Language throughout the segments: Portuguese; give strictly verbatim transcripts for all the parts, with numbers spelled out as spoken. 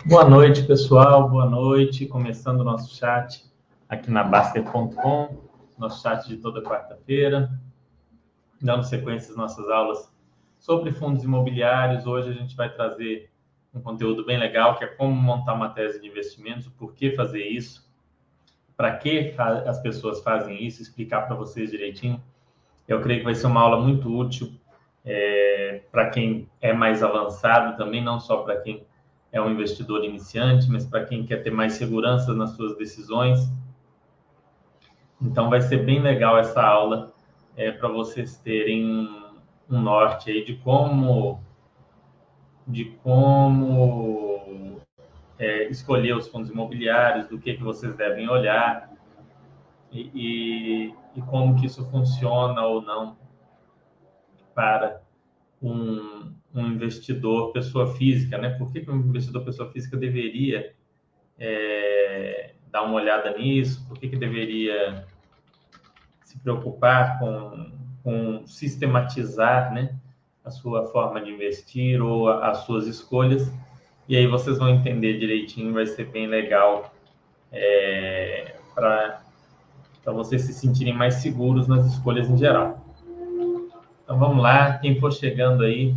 Boa noite, pessoal. Boa noite. Começando o nosso chat aqui na Baster ponto com, nosso chat de toda quarta-feira, dando sequência às nossas aulas sobre fundos imobiliários. Hoje a gente vai trazer um conteúdo bem legal, que é como montar uma tese de investimentos, o porquê fazer isso, para que as pessoas fazem isso, explicar para vocês direitinho. Eu creio que vai ser uma aula muito útil é, para quem é mais avançado também, não só para quem é um investidor iniciante, mas para quem quer ter mais segurança nas suas decisões. Então, vai ser bem legal essa aula é, para vocês terem um, um norte aí de como, de como é, escolher os fundos imobiliários, do que, que vocês devem olhar e, e, e como que isso funciona ou não para um, um investidor pessoa física, né? Por que, que um investidor pessoa física deveria é, dar uma olhada nisso? Por que, que deveria se preocupar com, com sistematizar, né, a sua forma de investir ou a, as suas escolhas? E aí vocês vão entender direitinho, vai ser bem legal é, para vocês se sentirem mais seguros nas escolhas em geral. Então vamos lá, quem for chegando aí,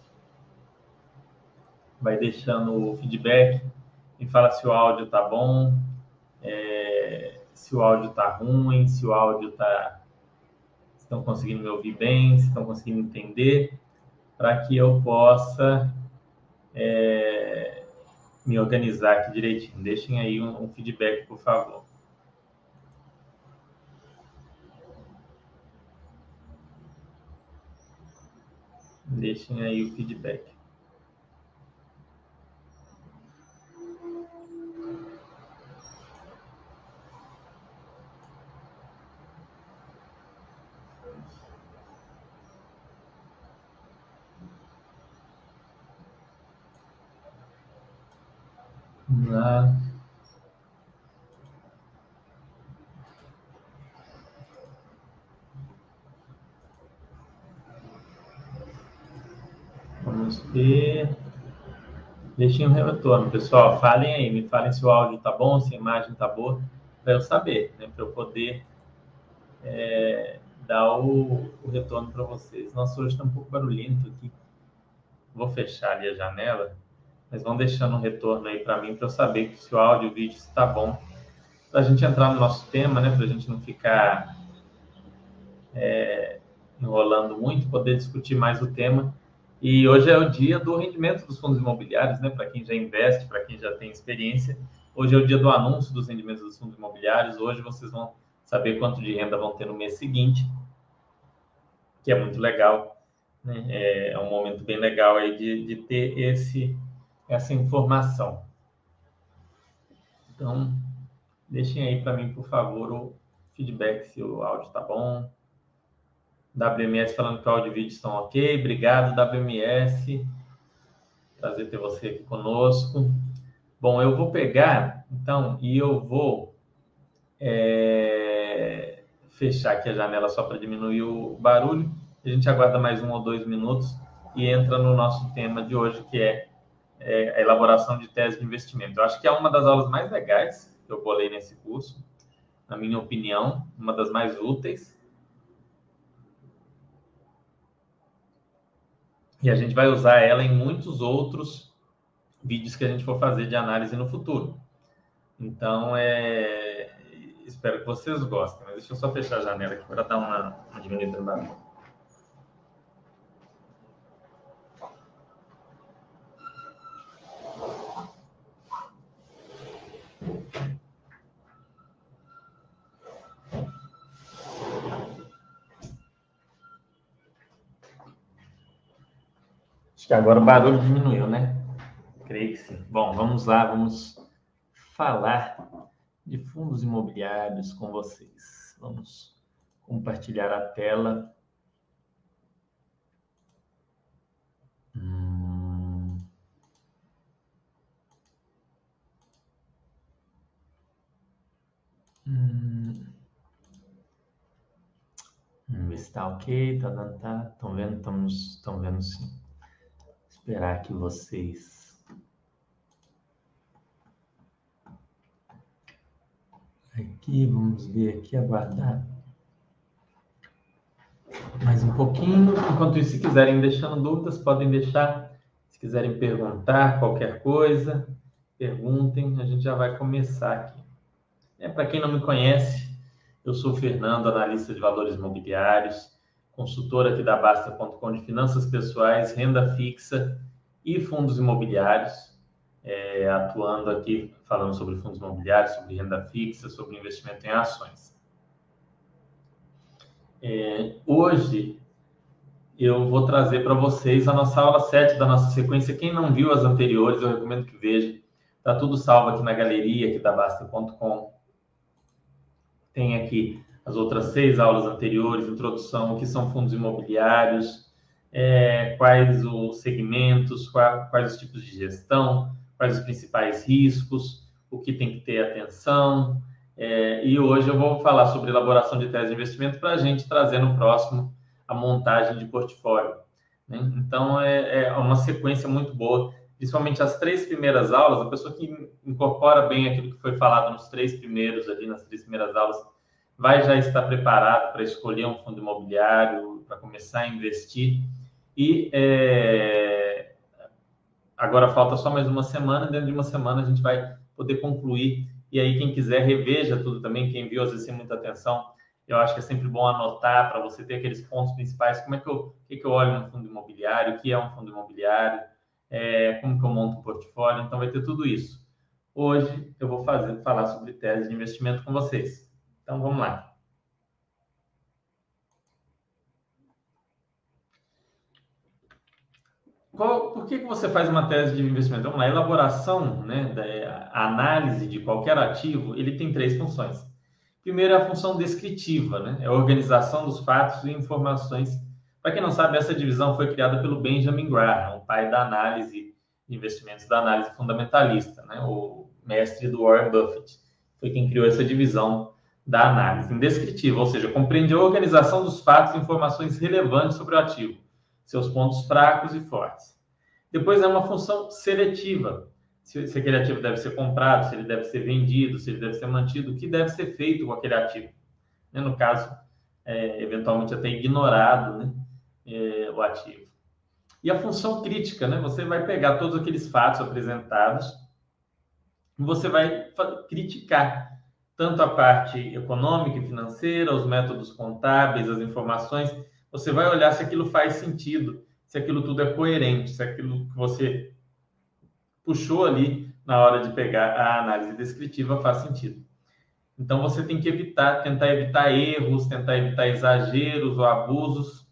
vai deixando o feedback e fala se o áudio tá bom, é, se o áudio tá ruim, se o áudio tá, se estão conseguindo me ouvir bem, se estão conseguindo entender, para que eu possa é, me organizar aqui direitinho. Deixem aí um, um feedback, por favor. Deixem aí o feedback. Vamos lá. Vamos ver. Deixem um retorno, pessoal. Falem aí, me falem se o áudio tá bom, se a imagem tá boa, para eu saber, né? Para eu poder é, dar o, o retorno para vocês. Nossa, hoje está um pouco barulhento aqui. Vou fechar ali a janela, mas vão deixando um retorno aí para mim, para eu saber se o áudio e o vídeo está bom. Para a gente entrar no nosso tema, né? Para a gente não ficar é, enrolando muito, poder discutir mais o tema. E hoje é o dia do rendimento dos fundos imobiliários, né? Para quem já investe, para quem já tem experiência. Hoje é o dia do anúncio dos rendimentos dos fundos imobiliários. Hoje vocês vão saber quanto de renda vão ter no mês seguinte, que é muito legal, né? É um momento bem legal aí de, de ter esse, essa informação. Então, deixem aí para mim, por favor, o feedback se o áudio está bom. W M S falando que o áudio e o vídeo estão ok. Obrigado, W M S. Prazer ter você aqui conosco. Bom, eu vou pegar, então, e eu vou é, fechar aqui a janela só para diminuir o barulho. A gente aguarda mais um ou dois minutos e entra no nosso tema de hoje, que é, é a elaboração de tese de investimento. Eu acho que é uma das aulas mais legais que eu bolei nesse curso, na minha opinião, uma das mais úteis. E a gente vai usar ela em muitos outros vídeos que a gente for fazer de análise no futuro. Então, é... espero que vocês gostem. Mas deixa eu só fechar a janela aqui para dar uma, uma diminuída no barulho. Acho que agora o barulho diminuiu, né? Creio que sim. Bom, vamos lá, vamos falar de fundos imobiliários com vocês. Vamos compartilhar a tela. Hum... Hum... Vamos ver se está ok. Tá, tá, tá. Estão vendo? Estamos, estão vendo sim. Esperar que vocês aqui, vamos ver aqui, aguardar mais um pouquinho. Enquanto isso, se quiserem deixando dúvidas, podem deixar. Se quiserem perguntar qualquer coisa, perguntem, a gente já vai começar aqui. É, para quem não me conhece, eu sou o Fernando, analista de valores imobiliários, consultor aqui da Basta ponto com de finanças pessoais, renda fixa e fundos imobiliários, é, atuando aqui falando sobre fundos imobiliários, sobre renda fixa, sobre investimento em ações. É, hoje eu vou trazer para vocês a nossa aula sete da nossa sequência. Quem não viu as anteriores, eu recomendo que veja. Está tudo salvo aqui na galeria aqui da Basta ponto com. Tem aqui as outras seis aulas anteriores, introdução, o que são fundos imobiliários, é, quais os segmentos, quais, quais os tipos de gestão, quais os principais riscos, o que tem que ter atenção. É, e hoje eu vou falar sobre elaboração de tese de investimento para a gente trazer no próximo a montagem de portfólio, né? Então, é, é uma sequência muito boa, principalmente as três primeiras aulas, a pessoa que incorpora bem aquilo que foi falado nos três primeiros, ali nas três primeiras aulas, vai já estar preparado para escolher um fundo imobiliário, para começar a investir. E é, agora falta só mais uma semana, dentro de uma semana a gente vai poder concluir. E aí, quem quiser, reveja tudo também, quem viu, às vezes, sem muita atenção, eu acho que é sempre bom anotar para você ter aqueles pontos principais. Como é que eu, o que, que eu olho no fundo imobiliário, o que é um fundo imobiliário, é, como que eu monto um portfólio. Então, vai ter tudo isso. Hoje eu vou fazer, falar sobre tese de investimento com vocês. Então, vamos lá. Qual, por que, que você faz uma tese de investimento? Vamos lá, a elaboração, né, da, a análise de qualquer ativo, ele tem três funções. Primeiro é a função descritiva, né? É a organização dos fatos e informações. Para quem não sabe, essa divisão foi criada pelo Benjamin Graham, o pai da análise de investimentos, da análise fundamentalista, né? O mestre do Warren Buffett. Foi quem criou essa divisão da análise. Em descritiva, ou seja, compreende a organização dos fatos e informações relevantes sobre o ativo, seus pontos fracos e fortes. Depois é uma função seletiva. Se, se aquele ativo deve ser comprado, se ele deve ser vendido, se ele deve ser mantido, o que deve ser feito com aquele ativo. Né? No caso, é, eventualmente até ignorado, né? é, o ativo. E a função crítica, né? Você vai pegar todos aqueles fatos apresentados e você vai criticar tanto a parte econômica e financeira, os métodos contábeis, as informações. Você vai olhar se aquilo faz sentido, se aquilo tudo é coerente, se aquilo que você puxou ali na hora de pegar a análise descritiva faz sentido. Então, você tem que evitar, tentar evitar erros, tentar evitar exageros ou abusos,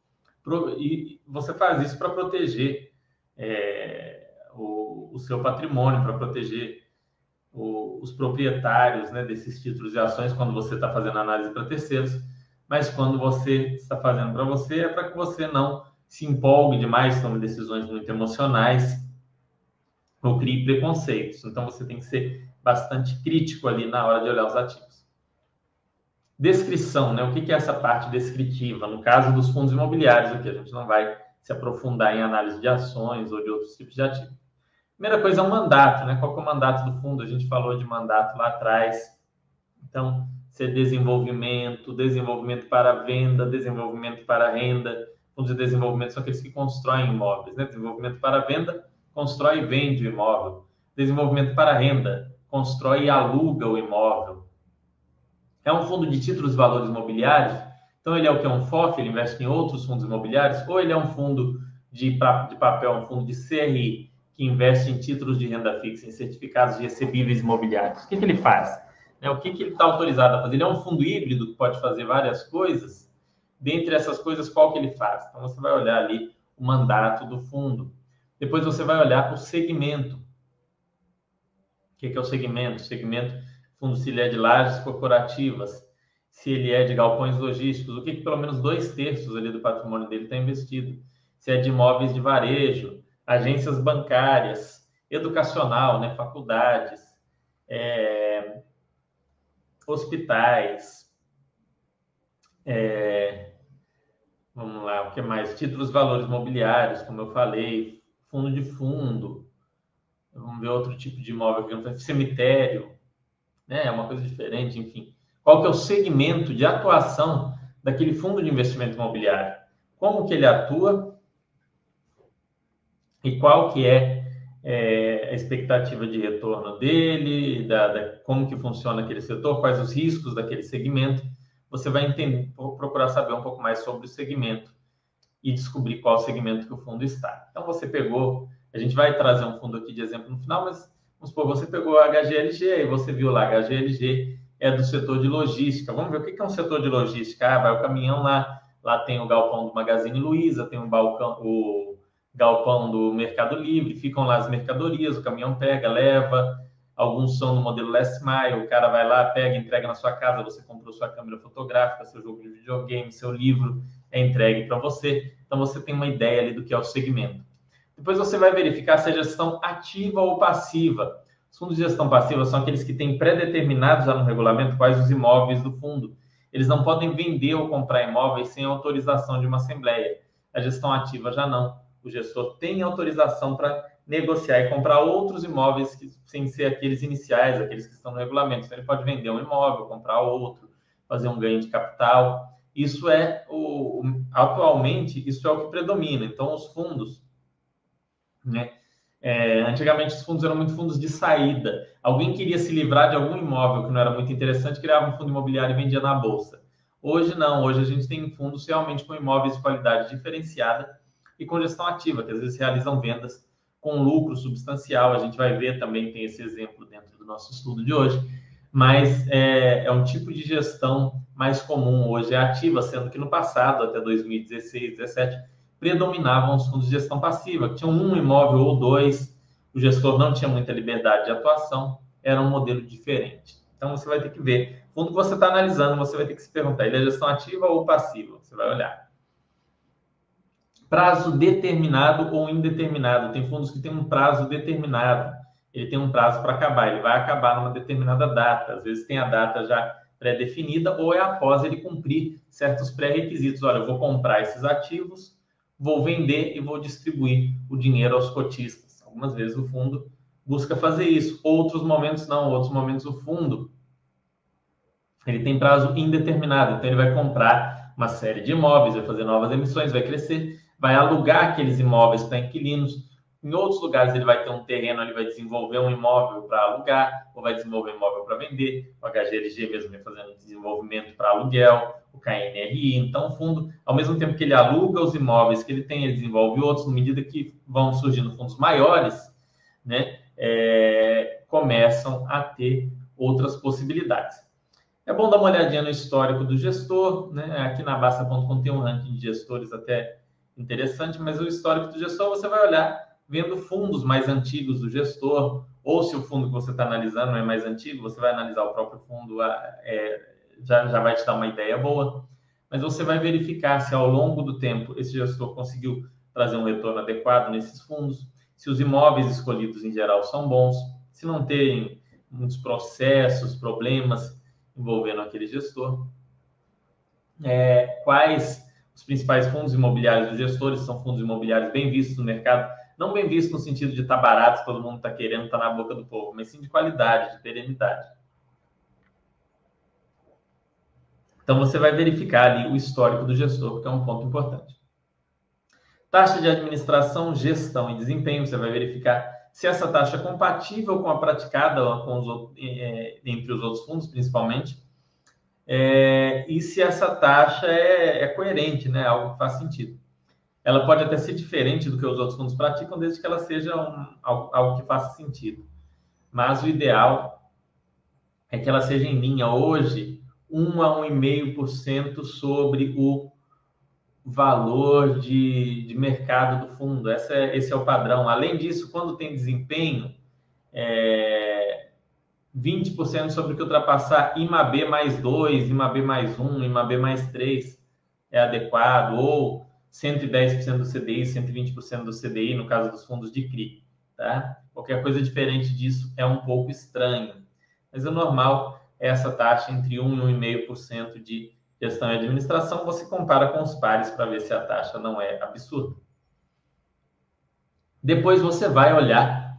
e você faz isso para proteger é, o, o seu patrimônio, para proteger o, os proprietários, né, desses títulos e ações quando você está fazendo análise para terceiros, mas quando você está fazendo para você, é para que você não se empolgue demais, tome decisões muito emocionais, ou crie preconceitos. Então, você tem que ser bastante crítico ali na hora de olhar os ativos. Descrição, né? O que é essa parte descritiva? No caso dos fundos imobiliários, aqui a gente não vai se aprofundar em análise de ações ou de outros tipos de ativos. Primeira coisa é o mandato, né? Qual que é o mandato do fundo? A gente falou de mandato lá atrás. Então, se é desenvolvimento, desenvolvimento para venda, desenvolvimento para renda. Fundos de desenvolvimento são aqueles que constroem imóveis, né? Desenvolvimento para venda, constrói e vende o imóvel. Desenvolvimento para renda, constrói e aluga o imóvel. É um fundo de títulos e valores imobiliários, então ele é o que é um F O F, ele investe em outros fundos imobiliários, ou ele é um fundo de, de papel, um fundo de C R I, que investe em títulos de renda fixa, em certificados de recebíveis imobiliários. O que, que ele faz? É, o que, que ele está autorizado a fazer? Ele é um fundo híbrido que pode fazer várias coisas. Dentre essas coisas, qual que ele faz? Então, você vai olhar ali o mandato do fundo. Depois você vai olhar o segmento. O que, que é o segmento? O segmento, fundo, se ele é de lajes corporativas, se ele é de galpões logísticos, o que, que pelo menos dois terços ali do patrimônio dele está investido. Se é de imóveis de varejo, agências bancárias, educacional, né, faculdades, é, hospitais, é, vamos lá, o que mais? Títulos valores mobiliários, como eu falei, fundo de fundo, vamos ver outro tipo de imóvel aqui, cemitério. né? É uma coisa diferente, enfim. Qual que é o segmento de atuação daquele fundo de investimento imobiliário? Como que ele atua e qual que é, é a expectativa de retorno dele, da, da, como que funciona aquele setor, quais os riscos daquele segmento. Você vai entender, procurar saber um pouco mais sobre o segmento e descobrir qual segmento que o fundo está. Então, você pegou, a gente vai trazer um fundo aqui de exemplo no final, mas vamos supor, você pegou a H G L G e você viu lá, H G L G é do setor de logística. Vamos ver o que é um setor de logística. Ah, vai o caminhão lá, lá tem o galpão do Magazine Luiza, tem o, balcão, o galpão do Mercado Livre, ficam lá as mercadorias, o caminhão pega, leva, alguns são no modelo last mile, o cara vai lá, pega, entrega na sua casa, você comprou sua câmera fotográfica, seu jogo de videogame, seu livro, é entregue para você. Então, você tem uma ideia ali do que é o segmento. Depois você vai verificar se é gestão ativa ou passiva. Os fundos de gestão passiva são aqueles que têm pré-determinados já no regulamento quais os imóveis do fundo. Eles não podem vender ou comprar imóveis sem autorização de uma assembleia. A gestão ativa já não. O gestor tem autorização para negociar e comprar outros imóveis que, sem ser aqueles iniciais, aqueles que estão no regulamento. Então, ele pode vender um imóvel, comprar outro, fazer um ganho de capital. Isso é, o, o atualmente, isso é o que predomina. Então, os fundos, né? É, antigamente, os fundos eram muito fundos de saída. Alguém queria se livrar de algum imóvel que não era muito interessante, criava um fundo imobiliário e vendia na bolsa. Hoje, não. Hoje, a gente tem fundos realmente com imóveis de qualidade diferenciada e com gestão ativa, que às vezes realizam vendas com lucro substancial. A gente vai ver também, tem esse exemplo dentro do nosso estudo de hoje. Mas é, é um tipo de gestão mais comum hoje, é ativa, sendo que no passado, até dois mil e dezesseis, dezessete, predominavam os fundos de gestão passiva, que tinham um imóvel ou dois, o gestor não tinha muita liberdade de atuação, era um modelo diferente. Então, você vai ter que ver. O fundo que você está analisando, você vai ter que se perguntar, ele é gestão ativa ou passiva? Você vai olhar. Prazo determinado ou indeterminado. Tem fundos que têm um prazo determinado. Ele tem um prazo para acabar. Ele vai acabar numa determinada data. Às vezes tem a data já pré-definida ou é após ele cumprir certos pré-requisitos. Olha, eu vou comprar esses ativos, vou vender e vou distribuir o dinheiro aos cotistas. Algumas vezes o fundo busca fazer isso. Outros momentos não. Outros momentos o fundo ele tem prazo indeterminado. Então ele vai comprar uma série de imóveis, vai fazer novas emissões, vai crescer, vai alugar aqueles imóveis para inquilinos. Em outros lugares ele vai ter um terreno, ele vai desenvolver um imóvel para alugar, ou vai desenvolver um imóvel para vender. O H G L G mesmo vai fazendo desenvolvimento para aluguel, o K N R I. Então, o fundo, ao mesmo tempo que ele aluga os imóveis que ele tem, ele desenvolve outros, na medida que vão surgindo fundos maiores, né, é, começam a ter outras possibilidades. É bom dar uma olhadinha no histórico do gestor, né? Aqui na Basta ponto com tem um ranking de gestores até interessante, mas o histórico do gestor você vai olhar vendo fundos mais antigos do gestor, ou se o fundo que você está analisando é mais antigo, você vai analisar o próprio fundo, é, já, já vai te dar uma ideia boa, mas você vai verificar se ao longo do tempo esse gestor conseguiu trazer um retorno adequado nesses fundos, se os imóveis escolhidos em geral são bons, se não tem muitos processos, problemas envolvendo aquele gestor. É, quais os principais fundos imobiliários dos gestores? São fundos imobiliários bem vistos no mercado, não bem vistos no sentido de estar baratos, todo mundo está querendo, está na boca do povo, mas sim de qualidade, de perenidade. Então, você vai verificar ali o histórico do gestor, porque é um ponto importante. Taxa de administração, gestão e desempenho, você vai verificar se essa taxa é compatível com a praticada com os outros, é, entre os outros fundos, principalmente, é, e se essa taxa é, é coerente, né, algo que faz sentido. Ela pode até ser diferente do que os outros fundos praticam, desde que ela seja um, algo, algo que faça sentido. Mas o ideal é que ela seja em linha hoje, um a um vírgula cinco por cento sobre o valor de, de mercado do fundo. Essa é, esse é o padrão. Além disso, quando tem desempenho, é, vinte por cento sobre o que ultrapassar I M A B mais dois, I M A B mais um, I M A B mais três é adequado, ou cento e dez por cento do C D I, cento e vinte por cento do C D I, no caso dos fundos de C R I. Tá? Qualquer coisa diferente disso é um pouco estranho. Mas o normal é essa taxa entre um e um vírgula cinco por cento de gestão e administração. Você compara com os pares para ver se a taxa não é absurda. Depois você vai olhar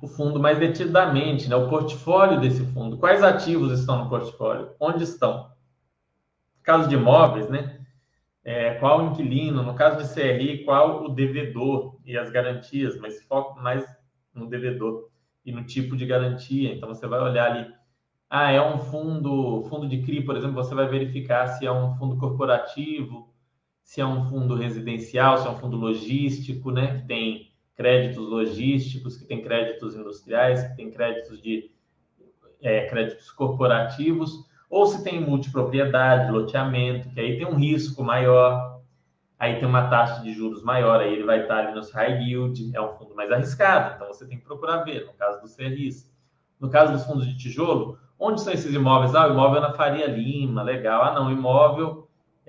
o fundo mais detidamente, né? O portfólio desse fundo. Quais ativos estão no portfólio? Onde estão? No caso de imóveis, né? É, qual o inquilino? No caso de C R I, qual o devedor e as garantias? Mas foco mais no devedor e no tipo de garantia. Então, você vai olhar ali. Ah, é um fundo, fundo de C R I, por exemplo, você vai verificar se é um fundo corporativo, se é um fundo residencial, se é um fundo logístico, né? Que tem créditos logísticos, que tem créditos industriais, que tem créditos de é, créditos corporativos, ou se tem multipropriedade, loteamento, que aí tem um risco maior, aí tem uma taxa de juros maior, aí ele vai estar ali nos high yield, é um fundo mais arriscado, então você tem que procurar ver, no caso do C R Is. No caso dos fundos de tijolo, onde são esses imóveis? Ah, o imóvel é na Faria Lima, legal. Ah, não, o imóvel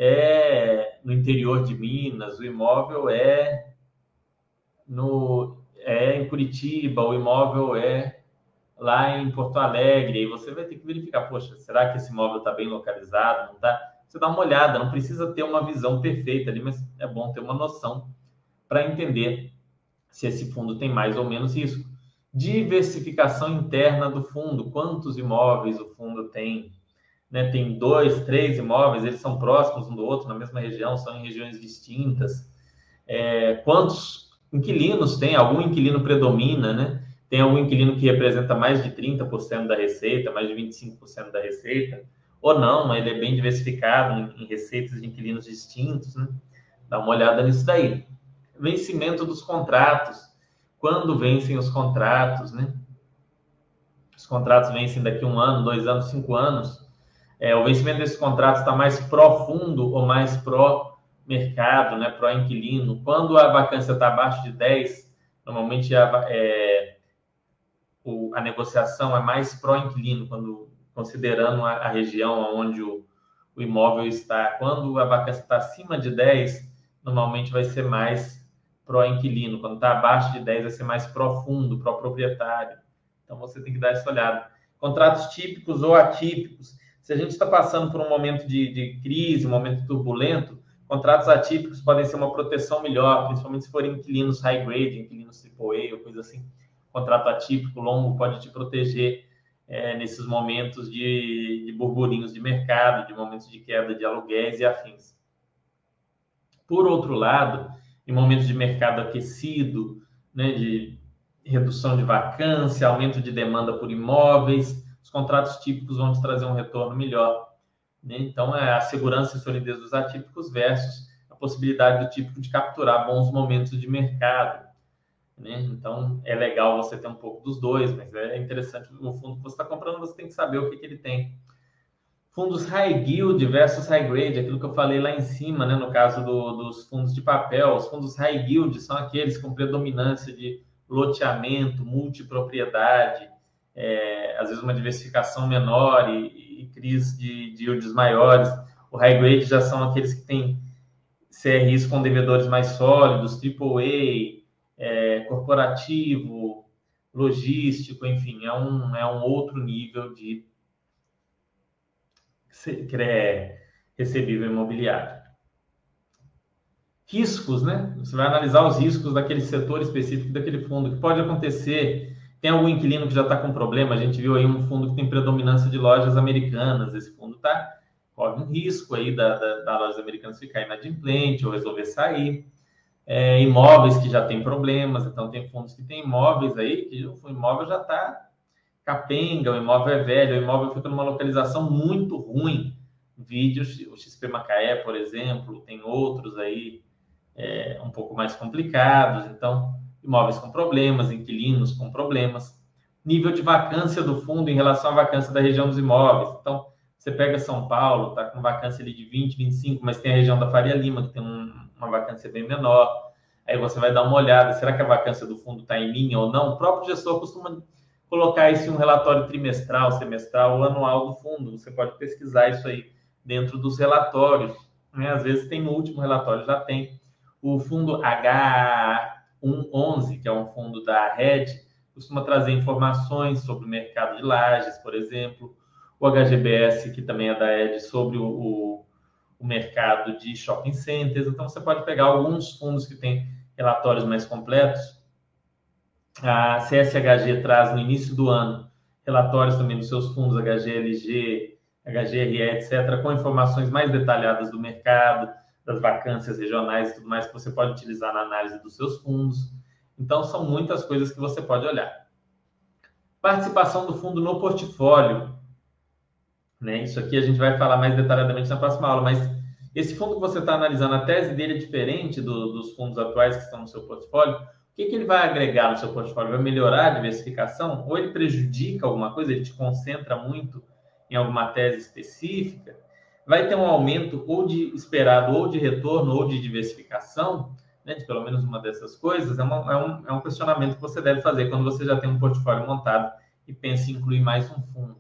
é no interior de Minas, o imóvel é, no, é em Curitiba, o imóvel é lá em Porto Alegre, e você vai ter que verificar, poxa, será que esse imóvel está bem localizado? Não tá? Você dá uma olhada, não precisa ter uma visão perfeita ali, mas é bom ter uma noção para entender se esse fundo tem mais ou menos risco. Diversificação interna do fundo, quantos imóveis o fundo tem? Né? Tem dois, três imóveis, eles são próximos um do outro, na mesma região, são em regiões distintas. É, quantos inquilinos tem? Algum inquilino predomina, né? Tem algum inquilino que representa mais de trinta por cento da receita, mais de vinte e cinco por cento da receita, ou não, mas ele é bem diversificado em, em receitas de inquilinos distintos, né? Dá uma olhada nisso daí. Vencimento dos contratos. Quando vencem os contratos, né? Os contratos vencem daqui a um ano, dois anos, cinco anos. É, o vencimento desses contratos está mais pró-fundo ou mais pró-mercado, né? Pró-inquilino. Quando a vacância está abaixo de dez, normalmente a, é, o, a negociação é mais pró-inquilino, quando considerando a, a região onde o, o imóvel está. Quando a vacância está acima de dez, normalmente vai ser mais pró-inquilino. Quando está abaixo de dez, vai ser mais pró-fundo, pró-proprietário. Então, você tem que dar essa olhada. Contratos típicos ou atípicos. Se a gente está passando por um momento de, de crise, um momento turbulento, contratos atípicos podem ser uma proteção melhor, principalmente se forem inquilinos high grade, inquilinos triplo A ou coisa assim. Contrato atípico longo pode te proteger é, nesses momentos de, de burburinhos de mercado, de momentos de queda de aluguéis e afins. Por outro lado, em momentos de mercado aquecido, né, de redução de vacância, aumento de demanda por imóveis, os contratos típicos vão te trazer um retorno melhor. Né? Então, é a segurança e solidez dos atípicos versus a possibilidade do típico de capturar bons momentos de mercado. Né? Então, é legal você ter um pouco dos dois, mas é interessante, no fundo que você está comprando, você tem que saber o que, que ele tem. Fundos high yield versus high grade, aquilo que eu falei lá em cima, né, no caso do, dos fundos de papel. Os fundos high yield são aqueles com predominância de loteamento, multipropriedade, é, às vezes uma diversificação menor e, e crise de, de yields maiores. O high grade já são aqueles que têm C R Is com devedores mais sólidos, triplo A, é, corporativo, logístico, enfim, é um, é um outro nível de recebível imobiliário. Riscos, né? Você vai analisar os riscos daquele setor específico, daquele fundo, que pode acontecer. Tem algum inquilino que já está com problema, a gente viu aí um fundo que tem predominância de lojas americanas, esse fundo tá, corre um risco aí da, da, da lojas americanas ficar inadimplente ou resolver sair. É, imóveis que já tem problemas, então tem fundos que tem imóveis aí, que o imóvel já está capenga, o imóvel é velho, o imóvel fica numa localização muito ruim. Vídeo, o X P Macaé, por exemplo, tem outros aí é, um pouco mais complicados. Então, imóveis com problemas, inquilinos com problemas. Nível de vacância do fundo em relação à vacância da região dos imóveis. Então, você pega São Paulo, está com vacância ali de vinte, vinte e cinco, mas tem a região da Faria Lima, que tem um, uma vacância bem menor. Aí você vai dar uma olhada, será que a vacância do fundo está em linha ou não? O próprio gestor costuma colocar isso em um relatório trimestral, semestral ou anual do fundo. Você pode pesquisar isso aí dentro dos relatórios. Né? Às vezes tem no último relatório, já tem. O fundo H cento e onze, que é um fundo da Red, costuma trazer informações sobre o mercado de lajes, por exemplo. O H G B S, que também é da Red, sobre o, o, o mercado de shopping centers. Então, você pode pegar alguns fundos que têm relatórios mais completos A C S H G traz no início do ano relatórios também dos seus fundos H G L G, H G R E, etcétera, com informações mais detalhadas do mercado, das vacâncias regionais e tudo mais que você pode utilizar na análise dos seus fundos. Então, são muitas coisas que você pode olhar. Participação do fundo no portfólio. Né? Isso aqui a gente vai falar mais detalhadamente na próxima aula, mas esse fundo que você está analisando, a tese dele é diferente do, dos fundos atuais que estão no seu portfólio. O que, que ele vai agregar no seu portfólio? Vai melhorar a diversificação? Ou ele prejudica alguma coisa? Ele te concentra muito em alguma tese específica? Vai ter um aumento ou de esperado, ou de retorno, ou de diversificação, né? De pelo menos uma dessas coisas? É, uma, é, um, é um questionamento que você deve fazer quando você já tem um portfólio montado e pensa em incluir mais um fundo.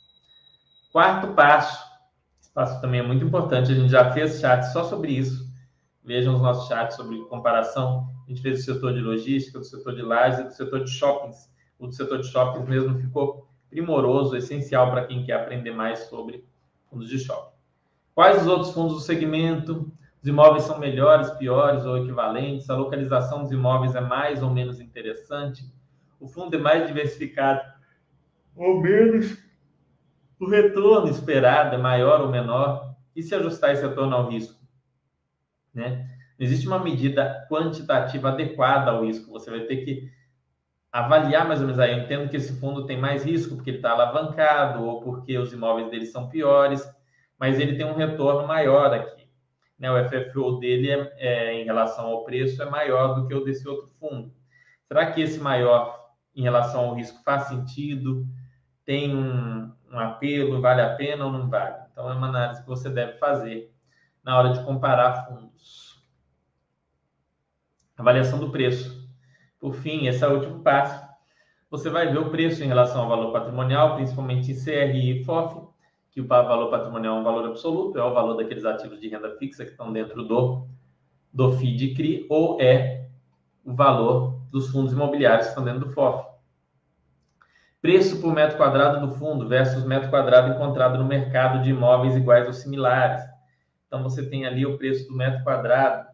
Quarto passo, esse passo também é muito importante, a gente já fez chat só sobre isso. Vejam os nossos chats sobre comparação. A gente fez do setor de logística, do setor de lajes, do setor de shoppings. O do setor de shoppings mesmo ficou primoroso, essencial para quem quer aprender mais sobre fundos de shopping. Quais os outros fundos do segmento? Os imóveis são melhores, piores ou equivalentes? A localização dos imóveis é mais ou menos interessante? O fundo é mais diversificado ou menos? O retorno esperado é maior ou menor? E se ajustar esse retorno ao risco? Né? Não existe uma medida quantitativa adequada ao risco. Você vai ter que avaliar mais ou menos aí. Eu entendo que esse fundo tem mais risco porque ele está alavancado ou porque os imóveis dele são piores, mas ele tem um retorno maior aqui. Né? O F F O dele, é, é, em relação ao preço, é maior do que o desse outro fundo. Será que esse maior em relação ao risco faz sentido? Tem um, um apelo, vale a pena ou não vale? Então, é uma análise que você deve fazer na hora de comparar fundos. Avaliação do preço. Por fim, esse é o último passo. Você vai ver o preço em relação ao valor patrimonial, principalmente em C R I e F O F, que o valor patrimonial é um valor absoluto, é o valor daqueles ativos de renda fixa que estão dentro do, do F I D C R I, ou é o valor dos fundos imobiliários que estão dentro do F O F. Preço por metro quadrado do fundo versus metro quadrado encontrado no mercado de imóveis iguais ou similares. Então, você tem ali o preço do metro quadrado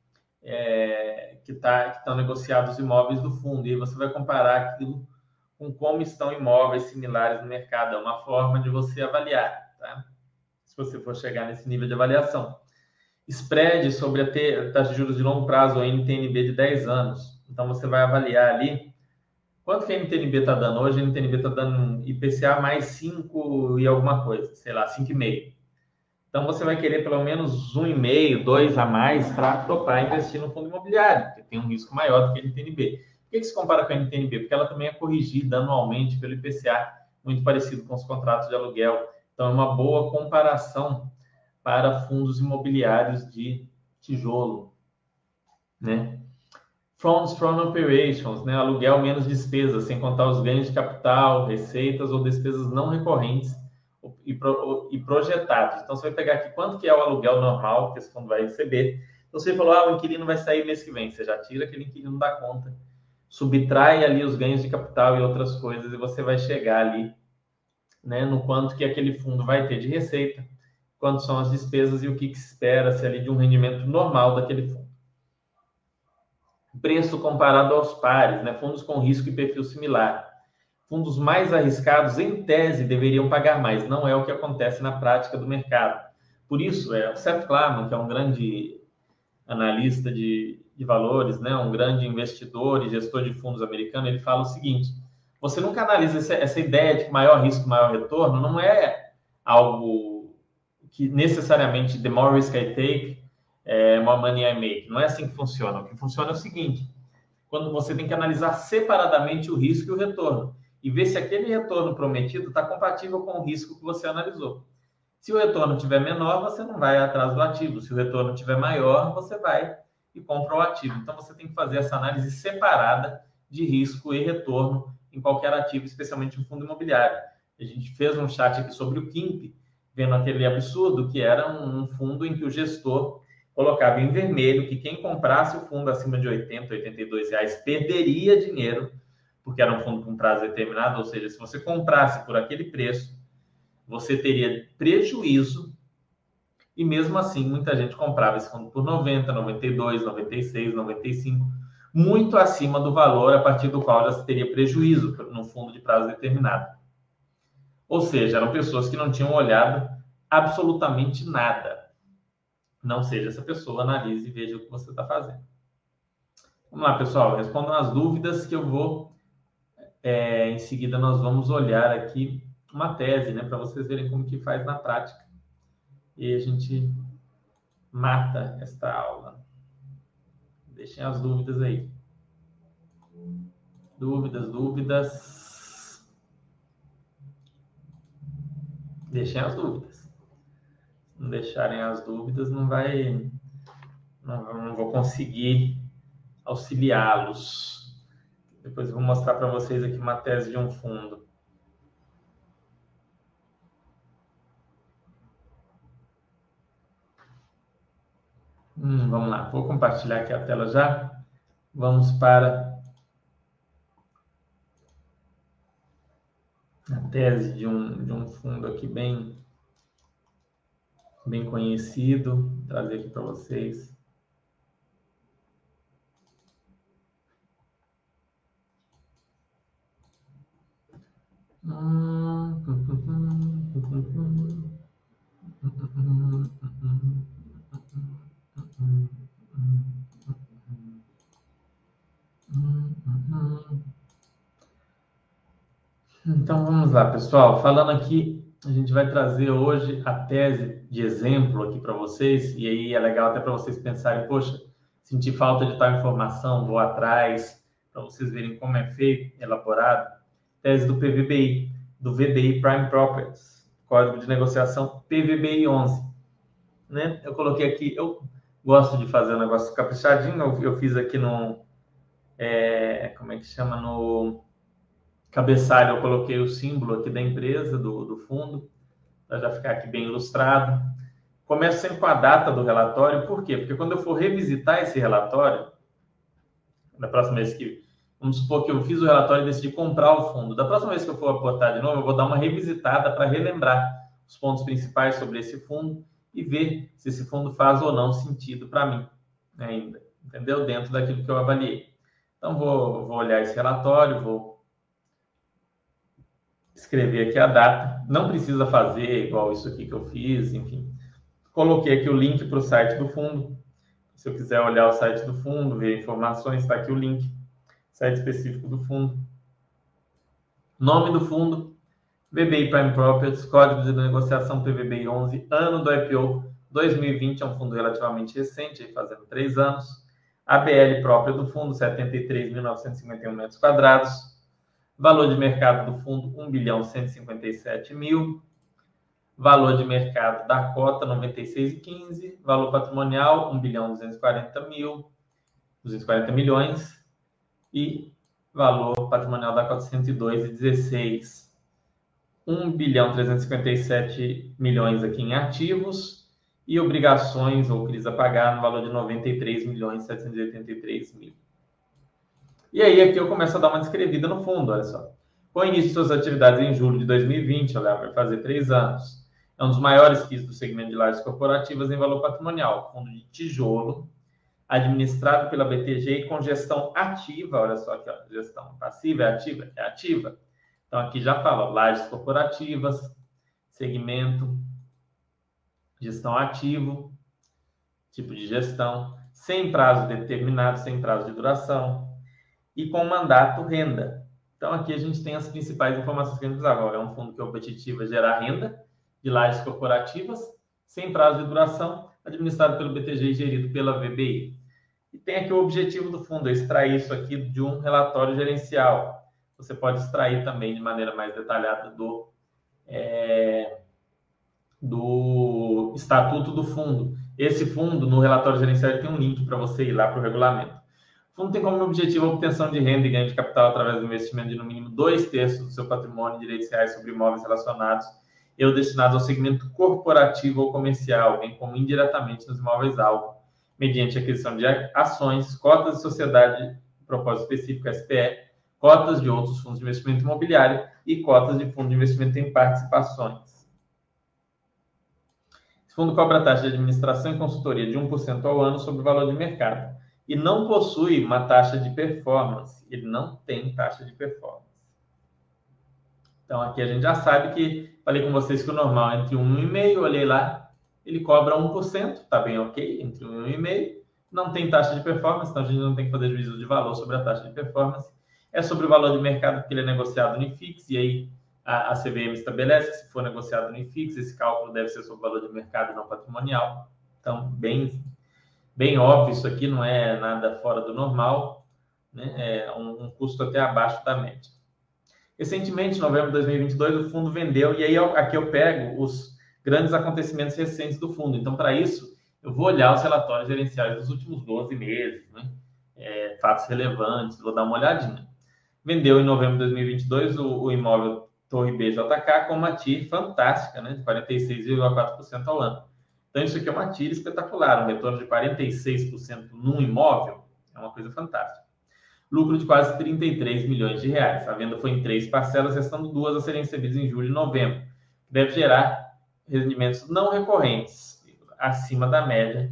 é, que tá, que estão negociados os imóveis do fundo. E aí você vai comparar aquilo com como estão imóveis similares no mercado. É uma forma de você avaliar, tá? Se você for chegar nesse nível de avaliação. Spread sobre a taxa de juros de longo prazo, ou N T N B de dez anos. Então, você vai avaliar ali quanto que a N T N B está dando hoje. A N T N B está dando I P C A mais cinco e alguma coisa, sei lá, cinco vírgula cinco. Então, você vai querer pelo menos um vírgula cinco, dois a mais para topar investir no fundo imobiliário, porque tem um risco maior do que a N T N B. Por que, que se compara com a N T N B? Porque ela também é corrigida anualmente pelo I P C A, muito parecido com os contratos de aluguel. Então, é uma boa comparação para fundos imobiliários de tijolo, né? Funds from operations, né? Aluguel menos despesas, sem contar os ganhos de capital, receitas ou despesas não recorrentes e, pro, e projetados. Então, você vai pegar aqui quanto que é o aluguel normal que esse fundo vai receber. Então, você falou, ah, o inquilino vai sair mês que vem. Você já tira aquele inquilino da conta, subtrai ali os ganhos de capital e outras coisas e você vai chegar ali, né, no quanto que aquele fundo vai ter de receita, quanto são as despesas e o que, que espera-se ali de um rendimento normal daquele fundo. Preço comparado aos pares, né? Fundos com risco e perfil similar. Fundos mais arriscados, em tese, deveriam pagar mais. Não é o que acontece na prática do mercado. Por isso, é, o Seth Klarman, que é um grande analista de, de valores, né? Um grande investidor e gestor de fundos americano, ele fala o seguinte: você nunca analisa essa, essa ideia de que maior risco, maior retorno, não é algo que necessariamente the more risk I take, é, more money I make. Não é assim que funciona. O que funciona é o seguinte: quando você tem que analisar separadamente o risco e o retorno e ver se aquele retorno prometido está compatível com o risco que você analisou. Se o retorno tiver menor, você não vai atrás do ativo. Se o retorno tiver maior, você vai e compra o ativo. Então, você tem que fazer essa análise separada de risco e retorno em qualquer ativo, especialmente no fundo imobiliário. A gente fez um chat aqui sobre o Quimp, vendo aquele absurdo que era um fundo em que o gestor colocava em vermelho que quem comprasse o fundo acima de oitenta, oitenta e dois reais perderia dinheiro, porque era um fundo com prazo determinado, ou seja, se você comprasse por aquele preço, você teria prejuízo, e mesmo assim muita gente comprava esse fundo por noventa, noventa e dois, noventa e seis, noventa e cinco, muito acima do valor a partir do qual já se teria prejuízo no fundo de prazo determinado. Ou seja, eram pessoas que não tinham olhado absolutamente nada. Não seja essa pessoa, analise e veja o que você está fazendo. Vamos lá, pessoal, respondam as dúvidas que eu vou... É, em seguida, nós vamos olhar aqui uma tese, né, para vocês verem como que faz na prática. E a gente mata esta aula. Deixem as dúvidas aí. Dúvidas, dúvidas. Deixem as dúvidas. Se não deixarem as dúvidas, não vai... Não, não vou conseguir auxiliá-los. Depois eu vou mostrar para vocês aqui uma tese de um fundo. Hum, vamos lá, vou compartilhar aqui a tela já. Vamos para a tese de um, de um fundo aqui bem, bem conhecido. Vou trazer aqui para vocês. Então vamos lá, pessoal. Falando aqui, a gente vai trazer hoje a tese de exemplo aqui para vocês, e aí é legal até para vocês pensarem, poxa, senti falta de tal informação, vou atrás, para vocês verem como é feito, elaborado. Tese do P V B I, do V B I Prime Properties, Código de Negociação P V B I onze. Né? Eu coloquei aqui, eu gosto de fazer um negócio caprichadinho, eu, eu fiz aqui no, é, como é que chama, no cabeçalho, eu coloquei o símbolo aqui da empresa, do, do fundo, para já ficar aqui bem ilustrado. Começo sempre com a data do relatório, por quê? Porque quando eu for revisitar esse relatório, na próxima vez que, vamos supor que eu fiz o relatório e decidi comprar o fundo, da próxima vez que eu for aportar de novo, eu vou dar uma revisitada para relembrar os pontos principais sobre esse fundo e ver se esse fundo faz ou não sentido para mim ainda, entendeu? Dentro daquilo que eu avaliei. Então, vou, vou olhar esse relatório, vou escrever aqui a data. Não precisa fazer igual isso aqui que eu fiz, enfim. Coloquei aqui o link para o site do fundo. Se eu quiser olhar o site do fundo, ver informações, está aqui o link. Site específico do fundo. Nome do fundo, V B I Prime Properties, Código de Negociação P V B I onze, ano do I P O dois mil e vinte, é um fundo relativamente recente, aí fazendo três anos. A B L própria do fundo, setenta e três mil novecentos e cinquenta e um metros quadrados. Valor de mercado do fundo, um bilhão cento e cinquenta e sete mil. Valor de mercado da cota, noventa e seis vírgula quinze. Valor patrimonial, um bilhão duzentos e quarenta mil, duzentos e quarenta milhões. E valor patrimonial da cota, cento e dois vírgula dezesseis. um bilhão trezentos e cinquenta e sete milhões aqui em ativos. E obrigações ou CRIs a pagar no valor de noventa e três milhões setecentos e oitenta e três mil. E aí aqui eu começo a dar uma descrevida no fundo, olha só. Com o início de suas atividades em julho de dois mil e vinte, olha, vai fazer três anos. É um dos maiores F I Is do segmento de lajes corporativas em valor patrimonial. Fundo de tijolo, administrado pela B T G e com gestão ativa, olha só aqui, ó, gestão passiva é ativa? É ativa. Então aqui já fala, lajes corporativas, segmento, gestão ativo, tipo de gestão, sem prazo determinado, sem prazo de duração, e com mandato renda. Então, aqui a gente tem as principais informações que a gente precisava. É um fundo que o objetivo é gerar renda de lajes corporativas, sem prazo de duração, administrado pelo B T G e gerido pela V B I. E tem aqui o objetivo do fundo, é extrair isso aqui de um relatório gerencial. Você pode extrair também de maneira mais detalhada do, é, do estatuto do fundo. Esse fundo, no relatório gerencial, tem um link para você ir lá para o regulamento. O fundo tem como objetivo a obtenção de renda e ganho de capital através do investimento de no mínimo dois terços do seu patrimônio em direitos reais sobre imóveis relacionados e ou destinados ao segmento corporativo ou comercial, bem como indiretamente nos imóveis-alvo, mediante aquisição de ações, cotas de sociedade de propósito específico, S P E, cotas de outros fundos de investimento imobiliário e cotas de fundo de investimento em participações. Esse fundo cobra taxa de administração e consultoria de um por cento ao ano sobre o valor de mercado. e não possui uma taxa de performance. Ele não tem taxa de performance. Então, aqui a gente já sabe que, falei com vocês que o normal é entre um e um vírgula cinco, olhei lá, ele cobra um por cento, está bem ok, entre um e um vírgula cinco, não tem taxa de performance, então a gente não tem que fazer juízo de valor sobre a taxa de performance. É sobre o valor de mercado, porque ele é negociado no I F I X, e aí a, a C V M estabelece que se for negociado no I F I X, esse cálculo deve ser sobre o valor de mercado e não patrimonial. Então, bem, bem óbvio isso aqui, não é nada fora do normal, né? É um, um custo até abaixo da média. Recentemente, em novembro de dois mil e vinte e dois, o fundo vendeu, e aí eu, aqui eu pego os grandes acontecimentos recentes do fundo. Então, para isso, eu vou olhar os relatórios gerenciais dos últimos doze meses, né? É, fatos relevantes, vou dar uma olhadinha. Vendeu em novembro de dois mil e vinte e dois o, o imóvel Torre B J K com uma T I R fantástica, né? De quarenta e seis vírgula quatro por cento ao ano. Então, isso aqui é uma T I R espetacular, um retorno de quarenta e seis por cento num imóvel, é uma coisa fantástica. Lucro de quase trinta e três milhões de reais. A venda foi em três parcelas, restando duas a serem recebidas em julho e novembro. Deve gerar rendimentos não recorrentes, acima da média,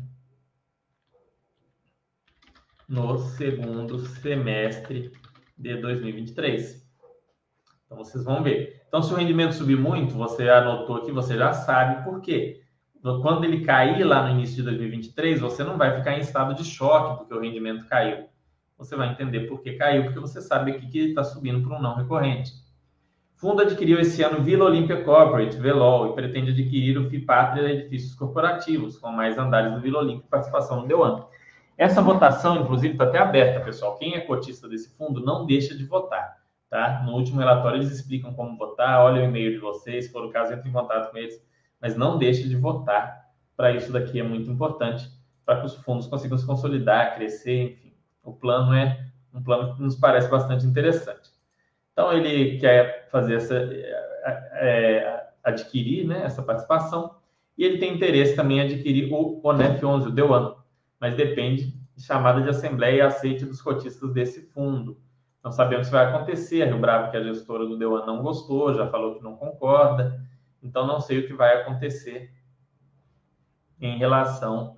no segundo semestre de dois mil e vinte e três. Então, vocês vão ver. Então, se o rendimento subir muito, você anotou aqui, você já sabe por quê. Quando ele cair lá no início de dois mil e vinte e três, você não vai ficar em estado de choque porque o rendimento caiu. Você vai entender por que caiu, porque você sabe aqui que está subindo para um não recorrente. Fundo adquiriu esse ano Vila Olímpia Corporate, VELOL, e pretende adquirir o FIPATRIA Edifícios Corporativos, com mais andares do Vila Olímpia e participação no DEUAN. Essa votação, inclusive, está até aberta, pessoal. Quem é cotista desse fundo não deixa de votar. Tá? No último relatório, eles explicam como votar. Olha o e-mail de vocês, se for o caso, entre em contato com eles. Mas não deixe de votar. Para isso daqui é muito importante, para que os fundos consigam se consolidar, crescer, enfim. O plano é um plano que nos parece bastante interessante. Então, ele quer fazer essa, é, adquirir, né, essa participação, e ele tem interesse também em adquirir o ONEF onze, o DEUAN, mas depende de chamada de assembleia e aceite dos cotistas desse fundo. Não sabemos se vai acontecer. A Rio Bravo, que é a gestora do DEUAN, não gostou, já falou que não concorda, então não sei o que vai acontecer em relação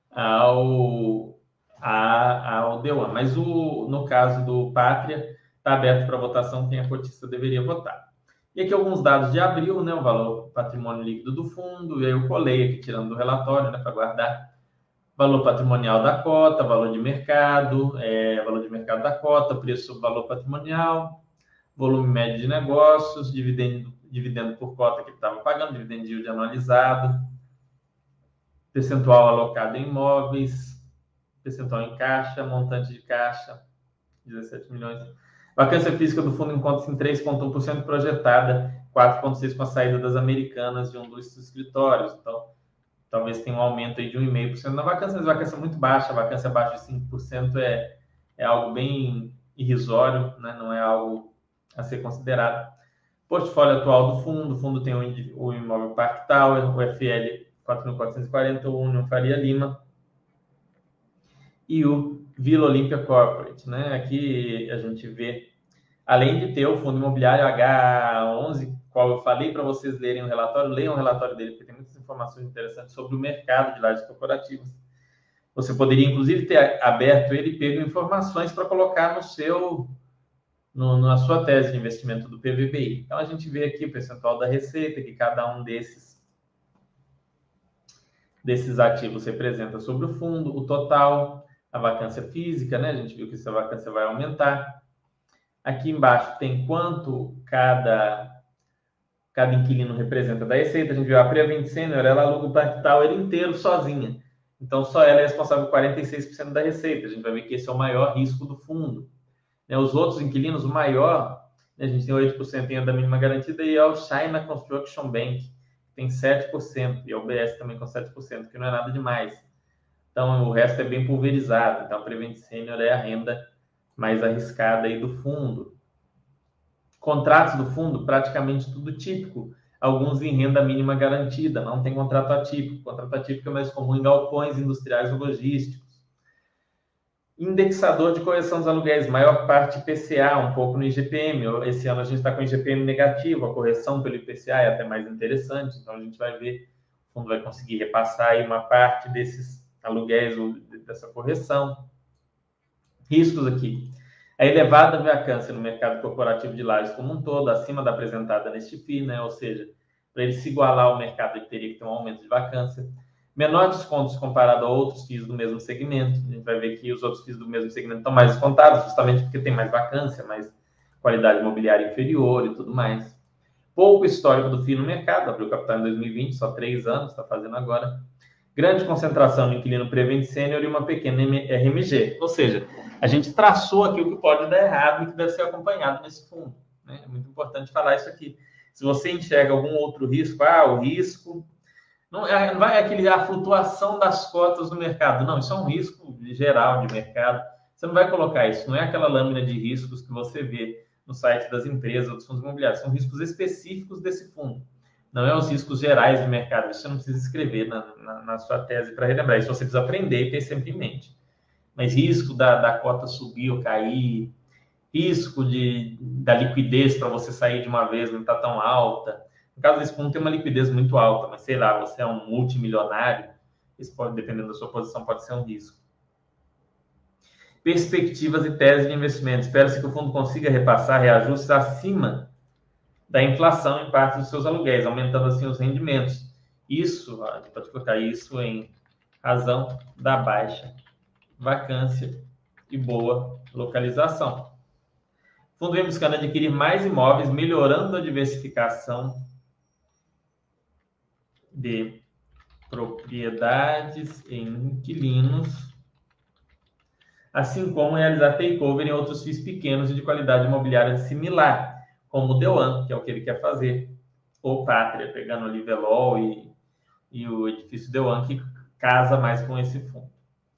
ao A, ao DEUAN. Mas o, no caso do Pátria, está aberto para votação, quem é cotista deveria votar. E aqui alguns dados de abril, né, o valor patrimônio líquido do fundo, e aí eu colei aqui, tirando do relatório, né, para guardar. Valor patrimonial da cota, valor de mercado, é, valor de mercado da cota, preço sobre valor patrimonial, volume médio de negócios, dividendo, dividendo por cota que ele estava pagando, dividend yield anualizado, percentual alocado em imóveis, percentual em caixa, montante de caixa, dezessete milhões. Vacância física do fundo encontra-se em três vírgula um por cento projetada, quatro vírgula seis por cento com a saída das americanas de um dos escritórios. Então, talvez tenha um aumento aí de um vírgula cinco por cento na vacância, mas a vacância é muito baixa, a vacância abaixo de cinco por cento é, é algo bem irrisório, né? Não é algo a ser considerado. Portfólio atual do fundo, o fundo tem o, o imóvel Park Tower, o F L quatro mil quatrocentos e quarenta, o Union Faria Lima e o Vila Olímpia Corporate, né? Aqui a gente vê, além de ter o fundo imobiliário H onze, qual eu falei para vocês lerem o relatório, leiam o relatório dele, porque tem muitas informações interessantes sobre o mercado de lajes corporativas. Você poderia, inclusive, ter aberto ele e pego informações para colocar no seu, no, na sua tese de investimento do P V B I. Então, a gente vê aqui o percentual da receita que cada um desses, desses ativos representa sobre o fundo, o total, a vacância física, né? A gente viu que essa vacância vai aumentar. Aqui embaixo tem quanto cada, cada inquilino representa da receita. A gente viu a Prevent Senior, ela aluga o Park Tower inteiro sozinha. Então, só ela é responsável por quarenta e seis por cento da receita. A gente vai ver que esse é o maior risco do fundo. Os outros inquilinos, o maior, a gente tem oito por cento em renda mínima garantida, e é o China Construction Bank, que tem sete por cento, e a U B S também com sete por cento, que não é nada demais. Então, o resto é bem pulverizado. Então, a Prevent Senior é a renda mais arriscada aí do fundo. Contratos do fundo, praticamente tudo típico. Alguns em renda mínima garantida, não tem contrato atípico. Contrato atípico é mais comum em galpões industriais ou logísticos. Indexador de correção dos aluguéis, maior parte I P C A, um pouco no I G P M. Esse ano a gente está com I G P M negativo, a correção pelo I P C A é até mais interessante, então a gente vai ver, o fundo vai conseguir repassar aí uma parte desses aluguéis ou dessa correção. Riscos aqui. A elevada vacância no mercado corporativo de lajes como um todo, acima da apresentada neste F I, né? Ou seja, para ele se igualar ao mercado, ele teria que ter um aumento de vacância. Menor descontos comparado a outros F I Is do mesmo segmento. A gente vai ver que os outros F I Is do mesmo segmento estão mais descontados, justamente porque tem mais vacância, mais qualidade imobiliária inferior e tudo mais. Pouco histórico do F I I no mercado, abriu capital em dois mil e vinte, só três anos, está fazendo agora. Grande concentração no inquilino Prevent Sênior e uma pequena R M G. Ou seja, a gente traçou aqui o que pode dar errado e que deve ser acompanhado nesse fundo, né? É muito importante falar isso aqui. Se você enxerga algum outro risco, ah, o risco... Não, é, não vai aquele, a flutuação das cotas no mercado. Não, isso é um risco geral de mercado. Você não vai colocar isso. Não é aquela lâmina de riscos que você vê no site das empresas ou dos fundos imobiliários. São riscos específicos desse fundo. Não é os riscos gerais do mercado. Isso você não precisa escrever na, na, na sua tese para relembrar. Isso você precisa aprender e ter sempre em mente. Mas risco da, da cota subir ou cair, risco de, da liquidez para você sair de uma vez não está tão alta. No caso desse fundo, tem uma liquidez muito alta, mas sei lá, você é um multimilionário, isso pode, dependendo da sua posição, pode ser um risco. Perspectivas e tese de investimento. Espera-se que o fundo consiga repassar reajustes acima da inflação em parte dos seus aluguéis, aumentando assim os rendimentos. Isso, a gente pode colocar isso em razão da baixa vacância e boa localização. O fundo vem buscando adquirir mais imóveis, melhorando a diversificação de propriedades e inquilinos, assim como realizar takeover em outros F I Is pequenos e de qualidade imobiliária similar, como o Dewan, que é o que ele quer fazer, ou Pátria, pegando ali Velol e, e o edifício Dewan, que casa mais com esse fundo.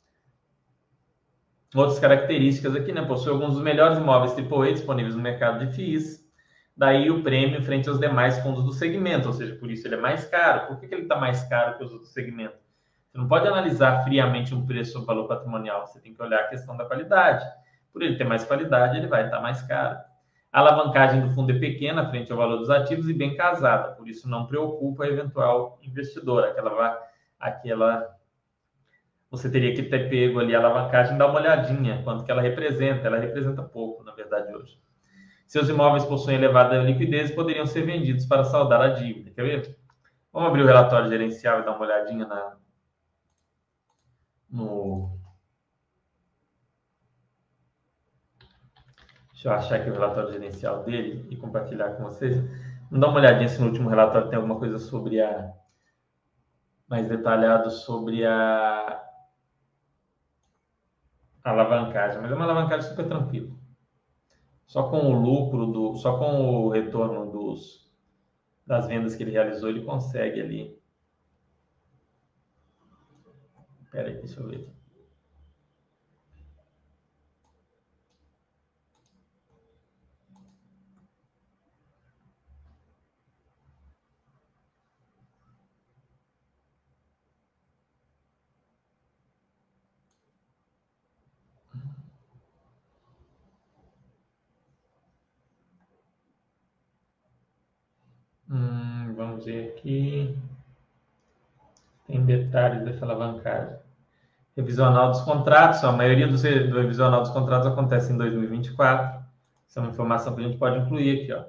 Outras características aqui, né? Possui alguns dos melhores imóveis triplo A disponíveis no mercado de F I Is. Daí o prêmio frente aos demais fundos do segmento, ou seja, por isso ele é mais caro. Por que, que ele está mais caro que os outros segmentos? Você não pode analisar friamente um preço ou valor patrimonial, você tem que olhar a questão da qualidade. Por ele ter mais qualidade, ele vai estar mais caro. A alavancagem do fundo é pequena frente ao valor dos ativos e bem casada, por isso não preocupa a eventual investidor. Aquela, aquela você teria que ter pego ali a alavancagem e dar uma olhadinha quanto que ela representa. Ela representa pouco, na verdade, hoje. Seus imóveis possuem elevada liquidez e poderiam ser vendidos para saldar a dívida. Quer ver? Vamos abrir o relatório gerencial e dar uma olhadinha na, no... Deixa eu achar aqui o relatório gerencial dele e compartilhar com vocês. Vamos dar uma olhadinha se no último relatório tem alguma coisa sobre a... mais detalhado sobre a alavancagem. Mas é uma alavancagem super tranquila. Só com o lucro, do, só com o retorno dos, das vendas que ele realizou, ele consegue ali. Espera aí, deixa eu ver aqui. Hum, vamos ver aqui. Tem detalhes dessa alavancagem. Revisional dos contratos. A maioria do, do revisional dos contratos acontece em dois mil e vinte e quatro. Essa é uma informação que a gente pode incluir aqui, ó.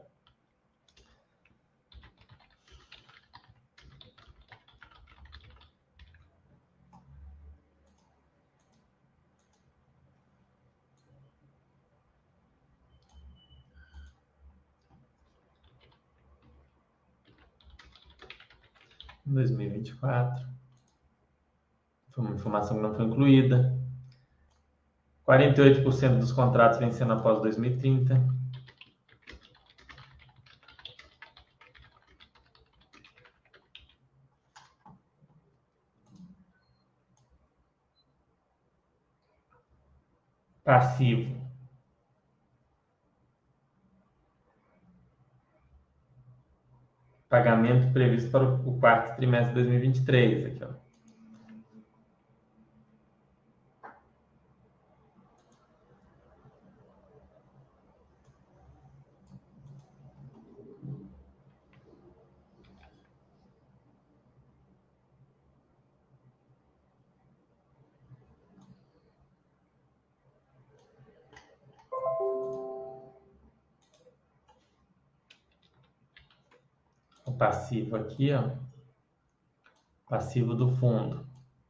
dois mil e vinte e quatro. Foi uma informação que não foi incluída. quarenta e oito por cento dos contratos vencendo após dois mil e trinta. Passivo. Pagamento previsto para o quarto trimestre de dois mil e vinte e três. Aqui, ó. passivo aqui, ó. Passivo do fundo.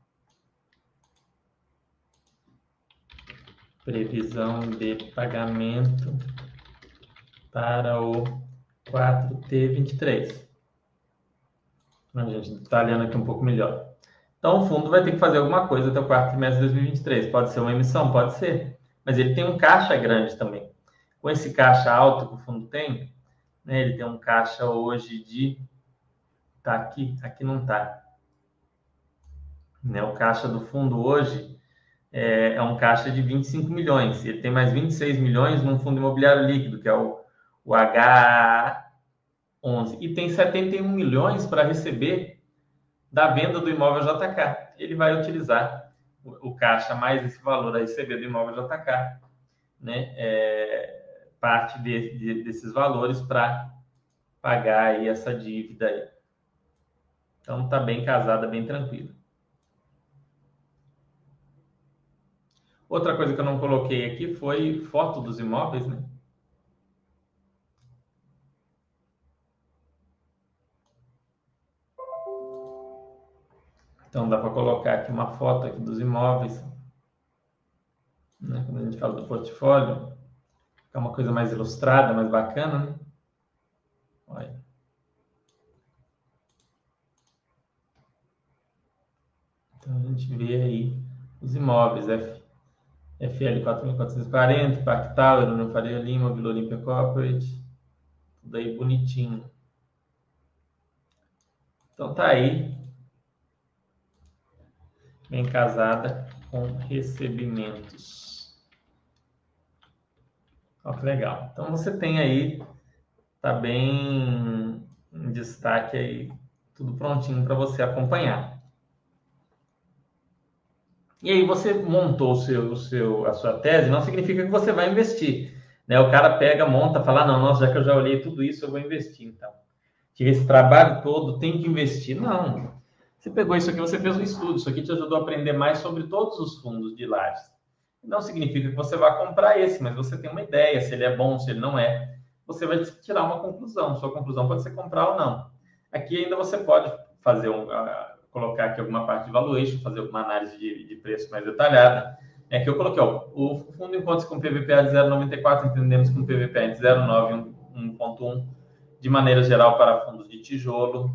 Previsão de pagamento para o quatro T vinte e três. A gente está olhando aqui um pouco melhor. Então, o fundo vai ter que fazer alguma coisa até o quarto trimestre de dois mil e vinte e três. Pode ser uma emissão? Pode ser. Mas ele tem um caixa grande também. Com esse caixa alto que o fundo tem, né, ele tem um caixa hoje de... Tá aqui? Aqui não tá. Né, o caixa do fundo hoje é, é um caixa de vinte e cinco milhões. Ele tem mais vinte e seis milhões num fundo imobiliário líquido, que é o, o H onze. E tem setenta e um milhões para receber da venda do imóvel J K. Ele vai utilizar o, o caixa mais esse valor a receber do imóvel J K, né, é, parte de, de, desses valores para pagar aí essa dívida aí. Então tá bem casada, bem tranquilo. Outra coisa que eu não coloquei aqui foi foto dos imóveis, né? Então dá para colocar aqui uma foto aqui dos imóveis, né? Quando a gente fala do portfólio, fica uma coisa mais ilustrada, mais bacana, né? Olha. Então a gente vê aí os imóveis, F, F L quatro mil quatrocentos e quarenta, Parque Tower, União Faria Lima, Vila Olímpia Corporate, tudo aí bonitinho. Então tá aí, bem casada com recebimentos. Olha que legal. Então você tem aí, tá bem em destaque aí, tudo prontinho para você acompanhar. E aí você montou o seu, o seu, a sua tese, não significa que você vai investir, né? O cara pega, monta, fala, não, nossa, já que eu já olhei tudo isso, eu vou investir, então. Tive esse trabalho todo, tem que investir. Não. Você pegou isso aqui, você fez um estudo, isso aqui te ajudou a aprender mais sobre todos os fundos de lajes. Não significa que você vai comprar esse, mas você tem uma ideia, se ele é bom, se ele não é. Você vai tirar uma conclusão. Sua conclusão pode ser comprar ou não. Aqui ainda você pode fazer um... colocar aqui alguma parte de valuation, fazer uma análise de, de preço mais detalhada. É que eu coloquei, ó, o fundo encontra-se com P V P A de zero vírgula noventa e quatro, entendemos com P V P A de zero vírgula nove e um ponto um, de maneira geral para fundos de tijolo,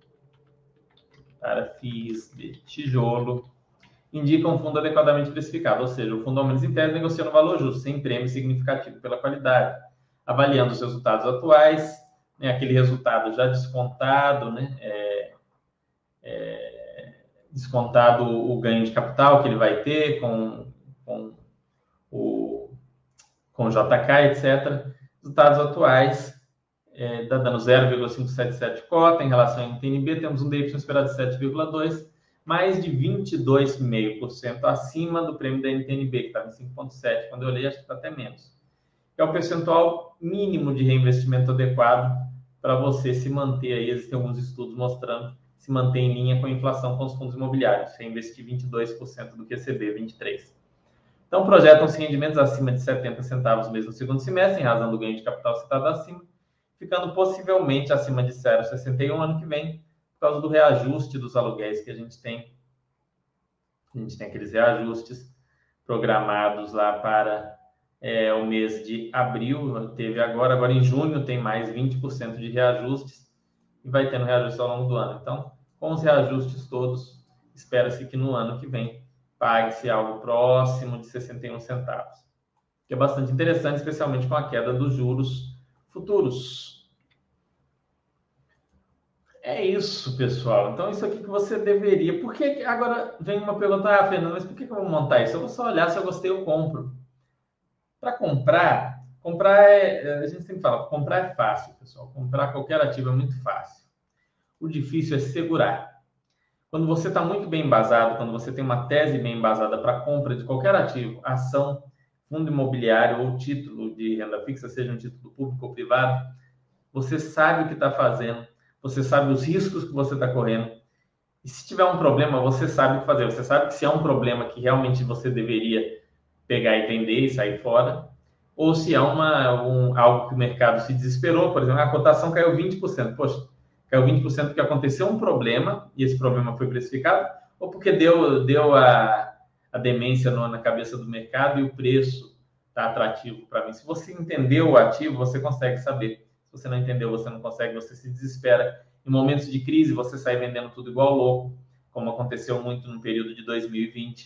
para F I Is de tijolo, indica um fundo adequadamente precificado, ou seja, o fundo ao menos em tese negocia no valor justo, sem prêmio significativo pela qualidade, avaliando os resultados atuais, né, aquele resultado já descontado, né, é, é, descontado o ganho de capital que ele vai ter com, com o com J K, etcétera. Resultados atuais, é, tá dando zero vírgula quinhentos e setenta e sete cota, em relação ao N T N B, temos um D Y esperado de sete vírgula dois, mais de vinte e dois vírgula cinco por cento acima do prêmio da N T N B, que estava em cinco vírgula sete, quando eu olhei, acho que está até menos. É o percentual mínimo de reinvestimento adequado para você se manter aí, existem alguns estudos mostrando se manter em linha com a inflação com os fundos imobiliários, reinvestir vinte e dois por cento do Q C B, vinte e três por cento. Então, projetam-se rendimentos acima de setenta centavos mesmo no segundo semestre, em razão do ganho de capital citado acima, ficando possivelmente acima de zero vírgula sessenta e um ano que vem, por causa do reajuste dos aluguéis que a gente tem. A gente tem aqueles reajustes programados lá para é, o mês de abril, teve agora, agora em junho tem mais vinte por cento de reajustes e vai tendo reajuste ao longo do ano. Então, com os reajustes todos, espera-se que no ano que vem pague-se algo próximo de sessenta e um centavos, que é bastante interessante, especialmente com a queda dos juros futuros. É isso, pessoal. Então, isso aqui que você deveria... Por que... Agora vem uma pergunta, ah, Fernando, mas por que eu vou montar isso? Eu vou só olhar, se eu gostei, eu compro. Para comprar, comprar é... A gente sempre fala, comprar é fácil, pessoal. Comprar qualquer ativo é muito fácil. O difícil é segurar. Quando você está muito bem embasado, quando você tem uma tese bem embasada para compra de qualquer ativo, ação, fundo imobiliário ou título de renda fixa, seja um título público ou privado, você sabe o que está fazendo, você sabe os riscos que você está correndo. E se tiver um problema, você sabe o que fazer. Você sabe que se é um problema que realmente você deveria pegar e vender e sair fora, ou se é uma, um, algo que o mercado se desesperou, por exemplo, a cotação caiu vinte por cento. Poxa, Caiu vinte por cento porque aconteceu um problema e esse problema foi precificado, ou porque deu, deu a, a demência no, na cabeça do mercado e o preço está atrativo para mim. Se você entendeu o ativo, você consegue saber. Se você não entendeu, você não consegue, você se desespera. Em momentos de crise, você sai vendendo tudo igual louco, como aconteceu muito no período de dois mil e vinte.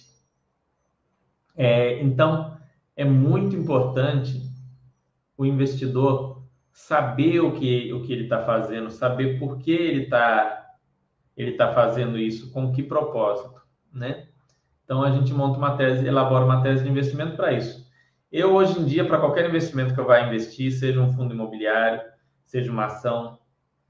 É, então, é muito importante o investidor saber o que, o que ele está fazendo, saber por que ele está ele tá fazendo isso, com que propósito, né? Então, a gente monta uma tese, elabora uma tese de investimento para isso. Eu, hoje em dia, para qualquer investimento que eu vá investir, seja um fundo imobiliário, seja uma ação,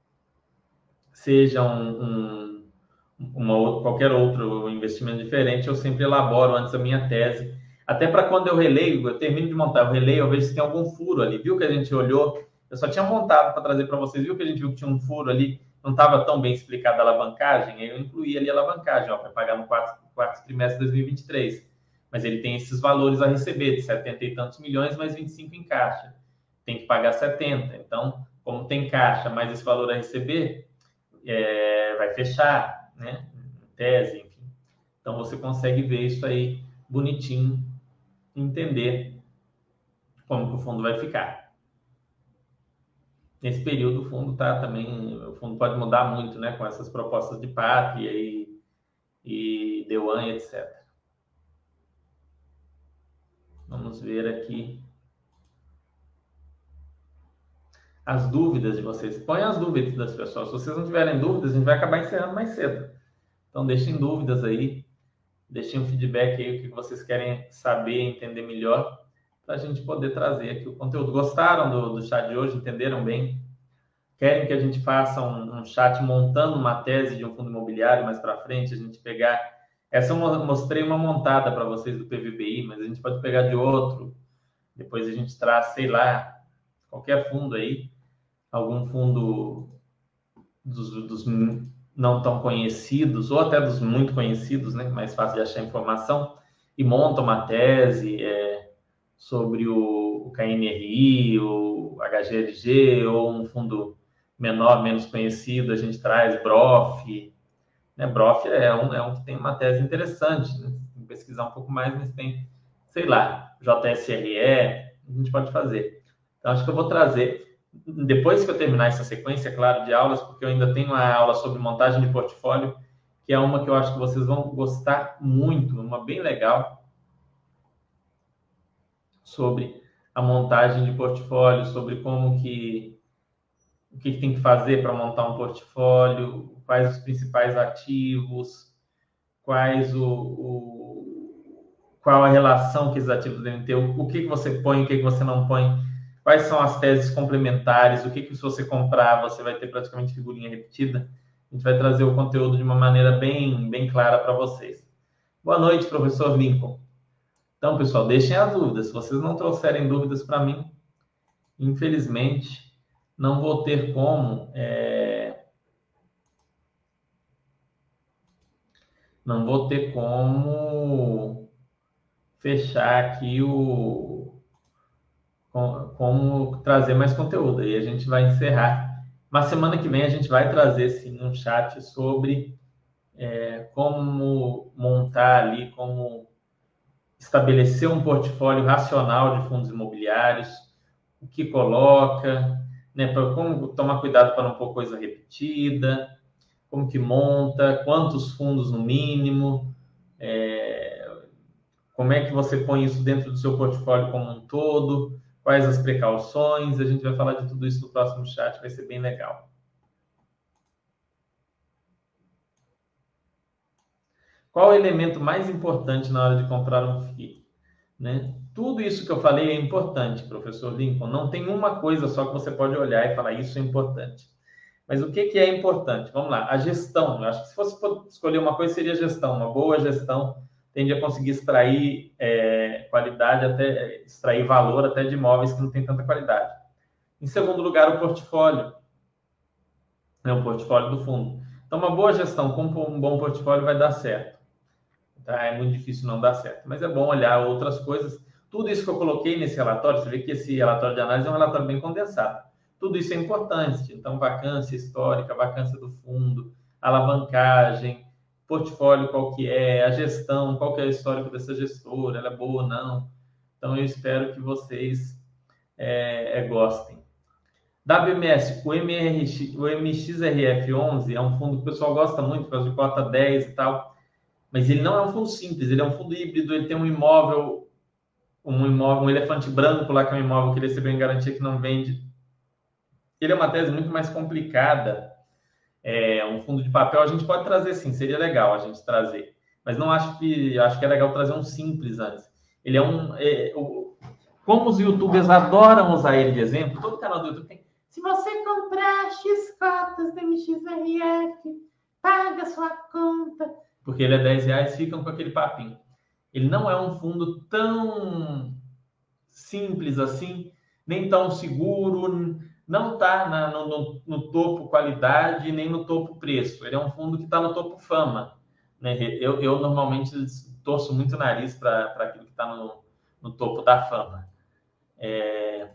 seja um, um, uma, qualquer outro investimento diferente, eu sempre elaboro antes a minha tese. Até para quando eu releio, eu termino de montar, eu releio, eu vejo se tem algum furo ali. Viu que a gente olhou? Eu só tinha montado para trazer para vocês. Viu que a gente viu que tinha um furo ali? Não estava tão bem explicada a alavancagem? Aí eu incluí ali a alavancagem, para pagar no quarto, quarto trimestre de dois mil e vinte e três. Mas ele tem esses valores a receber, de setenta e tantos milhões, mais vinte e cinco em caixa. Tem que pagar setenta. Então, como tem caixa, mais esse valor a receber, é, vai fechar, né? Tese, enfim. Então, você consegue ver isso aí bonitinho, entender como que o fundo vai ficar. Nesse período, o fundo tá também, o fundo pode mudar muito, né? Com essas propostas de pátria e, e D um, etcétera. Vamos ver aqui as dúvidas de vocês. Põe as dúvidas das pessoas. Se vocês não tiverem dúvidas, a gente vai acabar encerrando mais cedo. Então, deixem dúvidas aí. Deixem um feedback aí, o que vocês querem saber, entender melhor, para a gente poder trazer aqui o conteúdo. Gostaram do, do chat de hoje? Entenderam bem? Querem que a gente faça um, um chat montando uma tese de um fundo imobiliário mais para frente? A gente pegar... Essa eu mostrei uma montada para vocês do P V B I, mas a gente pode pegar de outro. Depois a gente traz, sei lá, qualquer fundo aí. Algum fundo dos... dos não tão conhecidos, ou até dos muito conhecidos, né? Mais fácil de achar informação, e monta uma tese é, sobre o, o K N R I, o H G L G, ou um fundo menor, menos conhecido, a gente traz B R O F. Né? B R O F é um, é um que tem uma tese interessante, né? Tem que pesquisar um pouco mais, mas tem, sei lá, J S R E, a gente pode fazer. Então, acho que eu vou trazer... Depois que eu terminar essa sequência, claro, de aulas, porque eu ainda tenho uma aula sobre montagem de portfólio, que é uma que eu acho que vocês vão gostar muito, uma bem legal, sobre a montagem de portfólio, sobre como que, o que tem que fazer para montar um portfólio, quais os principais ativos, quais o, o qual a relação que esses ativos devem ter, o, o que, que você põe, o que, que você não põe, quais são as teses complementares, o que, que se você comprar, você vai ter praticamente figurinha repetida. A gente vai trazer o conteúdo de uma maneira bem, bem clara para vocês. Boa noite, professor Lincoln. Então, pessoal, deixem as dúvidas. Se vocês não trouxerem dúvidas para mim, infelizmente, não vou ter como... É... Não vou ter como fechar aqui o... como trazer mais conteúdo. Aí a gente vai encerrar. Mas semana que vem a gente vai trazer, sim, um chat sobre é, como montar ali, como estabelecer um portfólio racional de fundos imobiliários, o que coloca, né, pra, como tomar cuidado para não pôr coisa repetida, como que monta, quantos fundos no mínimo, é, como é que você põe isso dentro do seu portfólio como um todo, quais as precauções, a gente vai falar de tudo isso no próximo chat, vai ser bem legal. Qual o elemento mais importante na hora de comprar um F I I? Né? Tudo isso que eu falei é importante, professor Lincoln. Não tem uma coisa só que você pode olhar e falar, isso é importante. Mas o que, que é importante? Vamos lá, a gestão. Eu acho que se fosse escolher uma coisa, seria a gestão. Uma boa gestão tende a conseguir extrair é, qualidade, até extrair valor até de imóveis que não tem tanta qualidade. Em segundo lugar, o portfólio. Né, o portfólio do fundo. Então, uma boa gestão com um bom portfólio vai dar certo. Tá? É muito difícil não dar certo. Mas é bom olhar outras coisas. Tudo isso que eu coloquei nesse relatório, você vê que esse relatório de análise é um relatório bem condensado. Tudo isso é importante. Então, vacância histórica, vacância do fundo, alavancagem, portfólio qual que é, a gestão, qual que é o histórico dessa gestora, ela é boa ou não. Então, eu espero que vocês é, é, gostem. W M S, o, M R X, o M X R F onze é um fundo que o pessoal gosta muito, por causa de cota dez e tal, mas ele não é um fundo simples, ele é um fundo híbrido, ele tem um imóvel, um imóvel, um elefante branco lá, que é um imóvel que ele recebeu em garantia que não vende. Ele é uma tese muito mais complicada. É um fundo de papel, a gente pode trazer sim, seria legal a gente trazer. Mas não acho que acho que é legal trazer um simples antes. Ele é um. É, o, como os youtubers adoram usar ele de exemplo, todo canal do YouTube tem. Se você comprar X cotas do M X R F, paga sua conta. Porque ele é dez reais, ficam com aquele papinho. Ele não é um fundo tão simples assim, nem tão seguro, não está no, no, no topo qualidade, nem no topo preço. Ele é um fundo que está no topo fama. Né? Eu, eu normalmente torço muito o nariz para aquilo que está no, no topo da fama. É...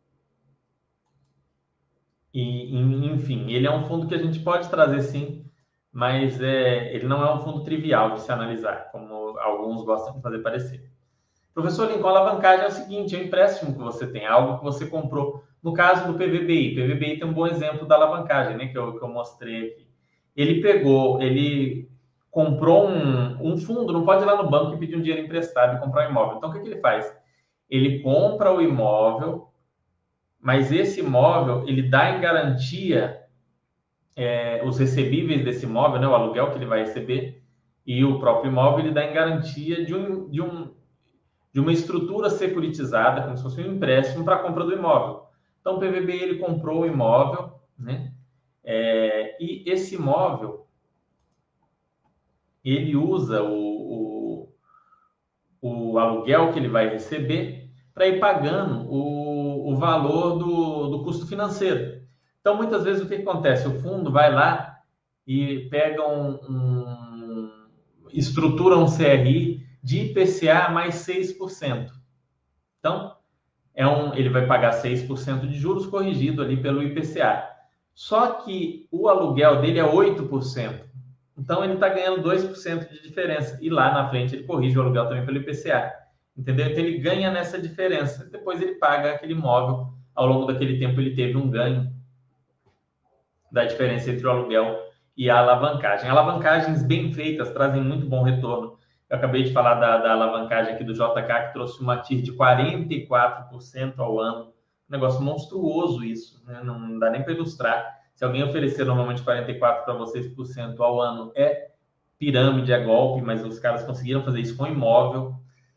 E, enfim, ele é um fundo que a gente pode trazer sim, mas é, ele não é um fundo trivial de se analisar, como alguns gostam de fazer parecer. Professor Lincoln, a alavancagem é o seguinte, é um empréstimo que você tem, algo que você comprou. No caso do P V B I, P V B I tem um bom exemplo da alavancagem, né, que eu, que eu mostrei aqui. Ele pegou, ele comprou um, um fundo, não pode ir lá no banco e pedir um dinheiro emprestado e comprar um imóvel. Então, o que, que ele faz? Ele compra o imóvel, mas esse imóvel, ele dá em garantia é, os recebíveis desse imóvel, né, o aluguel que ele vai receber, e o próprio imóvel, ele dá em garantia de um... De um de uma estrutura securitizada, como se fosse um empréstimo para a compra do imóvel. Então, o P V B ele comprou o imóvel, né? É, e esse imóvel, ele usa o, o, o aluguel que ele vai receber para ir pagando o, o valor do, do custo financeiro. Então, muitas vezes, o que acontece? O fundo vai lá e pega um, um estrutura um C R I de I P C A mais seis por cento. Então, é um, ele vai pagar seis por cento de juros corrigido ali pelo I P C A. Só que o aluguel dele é oito por cento. Então, ele está ganhando dois por cento de diferença. E lá na frente ele corrige o aluguel também pelo I P C A. Entendeu? Então, ele ganha nessa diferença. Depois ele paga aquele imóvel. Ao longo daquele tempo, ele teve um ganho da diferença entre o aluguel e a alavancagem. Alavancagens bem feitas trazem muito bom retorno. Eu acabei de falar da, da alavancagem aqui do J K, que trouxe uma T I R de quarenta e quatro por cento ao ano. Um negócio monstruoso isso, né? Não dá nem para ilustrar. Se alguém oferecer normalmente quarenta e quatro por cento para vocês por cento ao ano, é pirâmide, é golpe, mas os caras conseguiram fazer isso com imóvel.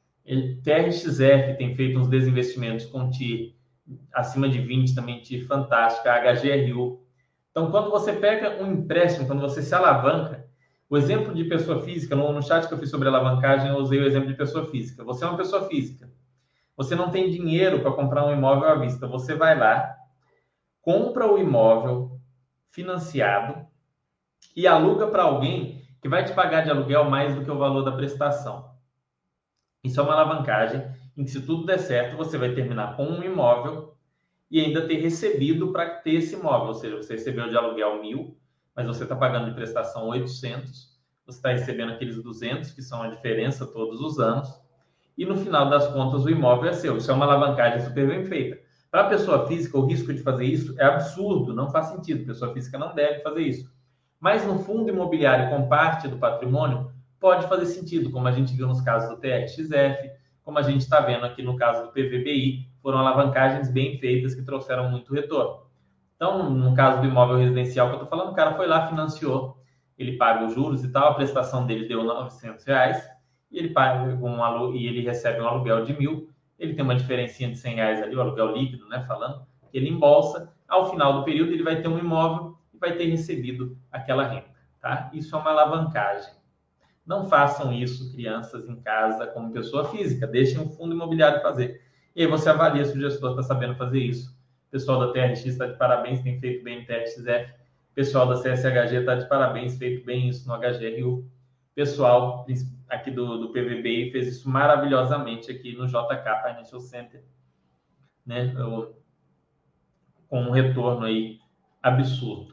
T R X F tem feito uns desinvestimentos com T I R acima de vinte, também T I R fantástica, H G R U. Então, quando você pega um empréstimo, quando você se alavanca, o exemplo de pessoa física, no, no chat que eu fiz sobre alavancagem, eu usei o exemplo de pessoa física. Você é uma pessoa física. Você não tem dinheiro para comprar um imóvel à vista. Você vai lá, compra o imóvel financiado e aluga para alguém que vai te pagar de aluguel mais do que o valor da prestação. Isso é uma alavancagem em que, se tudo der certo, você vai terminar com um imóvel e ainda ter recebido para ter esse imóvel. Ou seja, você recebeu de aluguel mil, mas você está pagando de prestação oitocentos, você está recebendo aqueles duzentos, que são a diferença todos os anos, e no final das contas o imóvel é seu. Isso é uma alavancagem super bem feita. Para a pessoa física, o risco de fazer isso é absurdo, não faz sentido. A pessoa física não deve fazer isso. Mas no fundo imobiliário com parte do patrimônio, pode fazer sentido, como a gente viu nos casos do T R X F, como a gente está vendo aqui no caso do P V B I, foram alavancagens bem feitas que trouxeram muito retorno. Então, no caso do imóvel residencial que eu estou falando, o cara foi lá, financiou, ele paga os juros e tal, a prestação dele deu novecentos reais, e ele, paga um alu e ele recebe um aluguel de mil, ele tem uma diferencinha de cem reais ali, o aluguel líquido, né, falando, que ele embolsa, ao final do período ele vai ter um imóvel e vai ter recebido aquela renda, tá? Isso é uma alavancagem. Não façam isso, crianças, em casa, como pessoa física. Deixem o fundo imobiliário fazer. E aí você avalia se o gestor está sabendo fazer isso. O pessoal da T R X está de parabéns, tem feito bem no T R X F. O pessoal da C S H G está de parabéns, feito bem isso no H G R U. O pessoal aqui do, do P V B I fez isso maravilhosamente aqui no J K Financial Center. Né? Eu, com um retorno aí absurdo.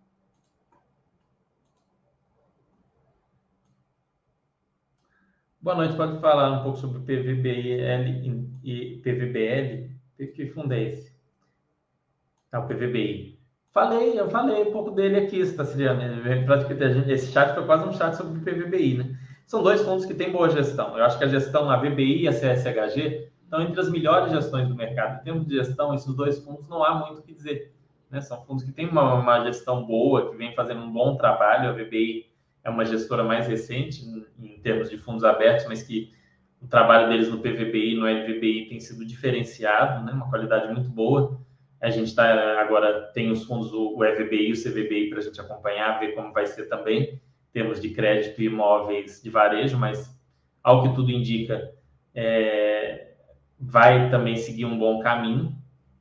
Boa noite, pode falar um pouco sobre o P V B L e P V B L? Que fundo é esse? Ah, o P V B I. Falei, eu falei um pouco dele aqui, Citaciliano. Esse chat foi quase um chat sobre o P V B I, né? São dois fundos que têm boa gestão. Eu acho que a gestão, a V B I e a C S H G, estão entre as melhores gestões do mercado. Em termos de gestão, esses dois fundos não há muito o que dizer, né? São fundos que têm uma, uma gestão boa, que vem fazendo um bom trabalho. A V B I é uma gestora mais recente em, em termos de fundos abertos, mas que o trabalho deles no P V B I e no L V B I tem sido diferenciado, né? Uma qualidade muito boa. A gente tá, agora tem os fundos, o E V B I e o C V B I para a gente acompanhar, ver como vai ser também, termos de crédito e imóveis de varejo, mas ao que tudo indica, é, vai também seguir um bom caminho.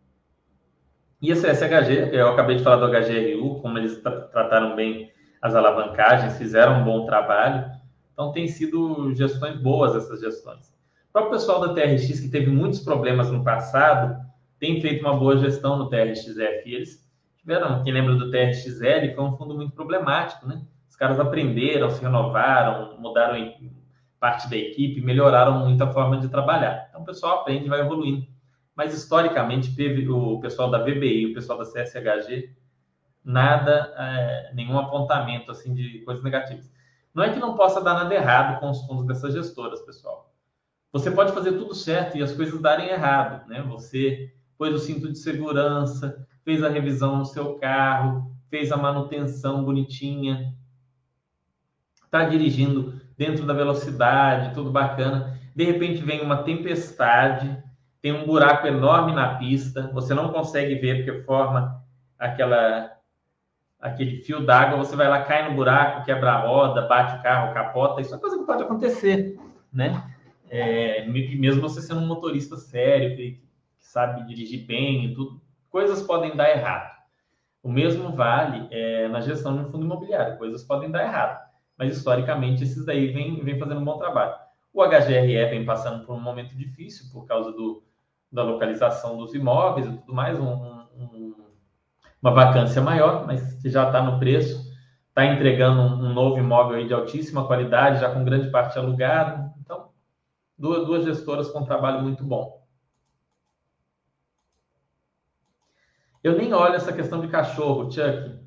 E a C S H G, eu acabei de falar do H G R U, como eles tra trataram bem as alavancagens, fizeram um bom trabalho, então tem sido gestões boas essas gestões. O próprio pessoal da T R X, que teve muitos problemas no passado, tem feito uma boa gestão no T R X F. E eles tiveram, quem lembra do T R X L, foi um fundo muito problemático, né? Os caras aprenderam, se renovaram, mudaram parte da equipe, melhoraram muito a forma de trabalhar. Então o pessoal aprende e vai evoluindo. Mas historicamente, o pessoal da V B I, o pessoal da C S H G, nada, é, nenhum apontamento assim de coisas negativas. Não é que não possa dar nada errado com os fundos dessas gestoras, pessoal. Você pode fazer tudo certo e as coisas darem errado, né? Você pôs o cinto de segurança, fez a revisão no seu carro, fez a manutenção bonitinha, está dirigindo dentro da velocidade, tudo bacana. De repente vem uma tempestade, tem um buraco enorme na pista, você não consegue ver porque forma aquela, aquele fio d'água, você vai lá, cai no buraco, quebra a roda, bate o carro, capota, isso é coisa que pode acontecer, né? É, mesmo você sendo um motorista sério, que, que sabe dirigir bem e tudo, coisas podem dar errado. O mesmo vale é, na gestão de um fundo imobiliário, coisas podem dar errado, mas historicamente esses daí vêm vem fazendo um bom trabalho. O H G R E vem passando por um momento difícil por causa do, da localização dos imóveis e tudo mais, um, um, uma vacância maior, mas que já está no preço, está entregando um, um novo imóvel aí de altíssima qualidade, já com grande parte alugado. Então, duas, duas gestoras com um trabalho muito bom. Eu nem olho essa questão de cachorro, Chuck.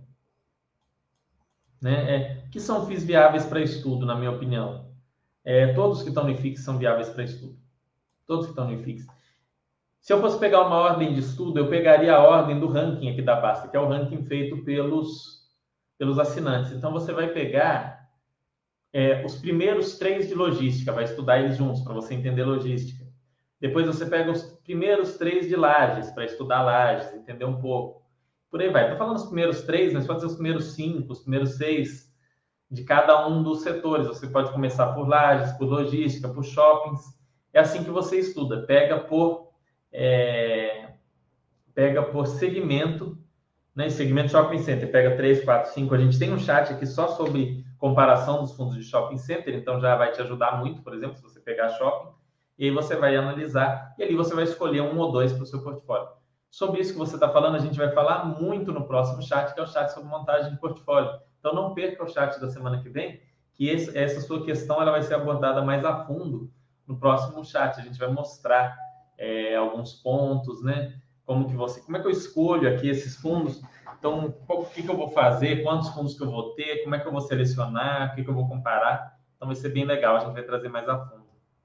Né? É, que são F I Is viáveis para estudo, na minha opinião. É, todos que estão no I F I X são viáveis para estudo. Todos que estão no I F I X. Se eu fosse pegar uma ordem de estudo, eu pegaria a ordem do ranking aqui da Basta, que é o ranking feito pelos, pelos assinantes. Então, você vai pegar é, os primeiros três de logística, vai estudar eles juntos, para você entender logística. Depois você pega os primeiros três de lajes, para estudar lajes, entender um pouco. Por aí vai. Estou falando os primeiros três, mas pode ser os primeiros cinco, os primeiros seis de cada um dos setores. Você pode começar por lajes, por logística, por shoppings. É assim que você estuda. Pega por, é, pega por segmento, né? Segmento shopping center. Pega três, quatro, cinco. A gente tem um chat aqui só sobre comparação dos fundos de shopping center, então já vai te ajudar muito, por exemplo, se você pegar shopping. E aí você vai analisar, e ali você vai escolher um ou dois para o seu portfólio. Sobre isso que você está falando, a gente vai falar muito no próximo chat, que é o chat sobre montagem de portfólio. Então, não perca o chat da semana que vem, que esse, essa sua questão ela vai ser abordada mais a fundo no próximo chat. A gente vai mostrar é, alguns pontos, né? Como que você, como é que eu escolho aqui esses fundos? Então, o que, que eu vou fazer? Quantos fundos que eu vou ter? Como é que eu vou selecionar? O que, que eu vou comparar? Então, vai ser bem legal. A gente vai trazer mais a fundo.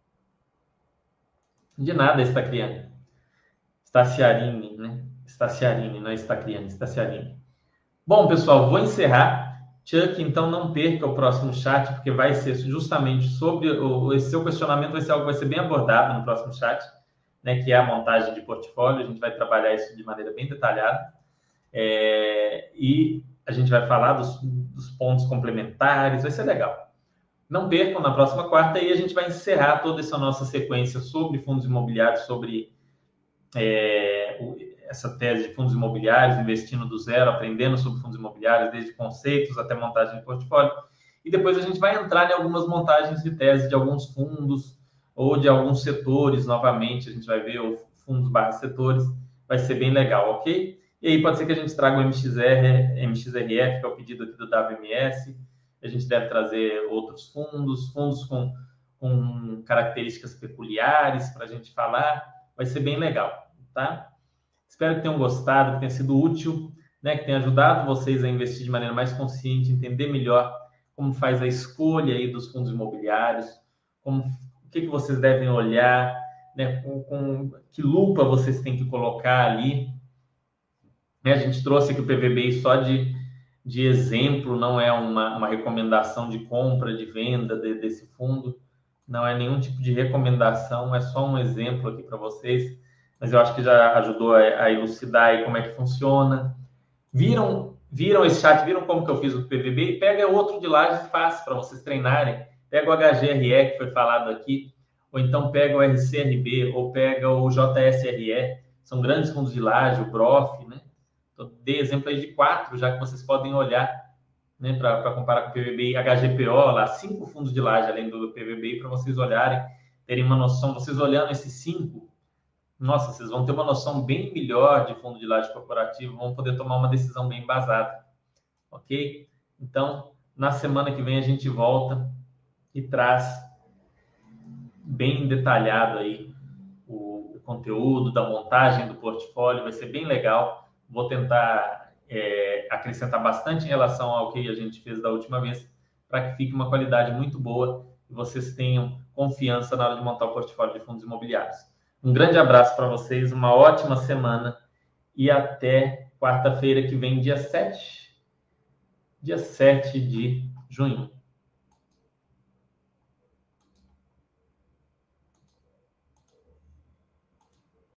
De nada, Estacriane. Staciarini, né? Staciarini, não é Stacriane, Staciarini. Bom, pessoal, vou encerrar. Chuck, então não perca o próximo chat, porque vai ser justamente sobre o, esse seu questionamento, vai ser algo que vai ser bem abordado no próximo chat, né? Que é a montagem de portfólio. A gente vai trabalhar isso de maneira bem detalhada. É, e a gente vai falar dos, dos pontos complementares, vai ser legal. Não percam na próxima quarta e a gente vai encerrar toda essa nossa sequência sobre fundos imobiliários, sobre é, essa tese de fundos imobiliários, investindo do zero, aprendendo sobre fundos imobiliários, desde conceitos até montagem de portfólio. E depois a gente vai entrar em algumas montagens de tese de alguns fundos ou de alguns setores novamente. A gente vai ver o fundos barra setores, vai ser bem legal, ok? E aí pode ser que a gente traga o M X R, M X R F, que é o pedido aqui do W M S. A gente deve trazer outros fundos, fundos com, com características peculiares para a gente falar. Vai ser bem legal, tá? Espero que tenham gostado, que tenha sido útil, né? Que tenha ajudado vocês a investir de maneira mais consciente, entender melhor como faz a escolha aí dos fundos imobiliários, como, o que, que vocês devem olhar, né? Com, com que lupa vocês têm que colocar ali. A gente trouxe aqui o P V B I só de, de exemplo, não é uma, uma recomendação de compra, de venda de, desse fundo, não é nenhum tipo de recomendação, é só um exemplo aqui para vocês, mas eu acho que já ajudou a, a elucidar aí como é que funciona. Viram, viram esse chat, viram como que eu fiz o P V B? Pega outro de Lajes e faz para vocês treinarem. Pega o H G R E que foi falado aqui, ou então pega o R C R B, ou pega o J S R E, são grandes fundos de Laje, o B R O F, né? Então, dei exemplo aí de quatro, já que vocês podem olhar, né, para comparar com o P V B I, H G P O, lá, cinco fundos de Laje além do P V B I, para vocês olharem, terem uma noção. Vocês olhando esses cinco, nossa, vocês vão ter uma noção bem melhor de fundo de laje corporativo, vão poder tomar uma decisão bem embasada, ok? Então, na semana que vem a gente volta e traz bem detalhado aí o, o conteúdo da montagem do portfólio, vai ser bem legal. Vou tentar é, acrescentar bastante em relação ao que a gente fez da última vez, para que fique uma qualidade muito boa e vocês tenham confiança na hora de montar o portfólio de fundos imobiliários. Um grande abraço para vocês, uma ótima semana e até quarta-feira que vem, dia sete, dia sete de junho.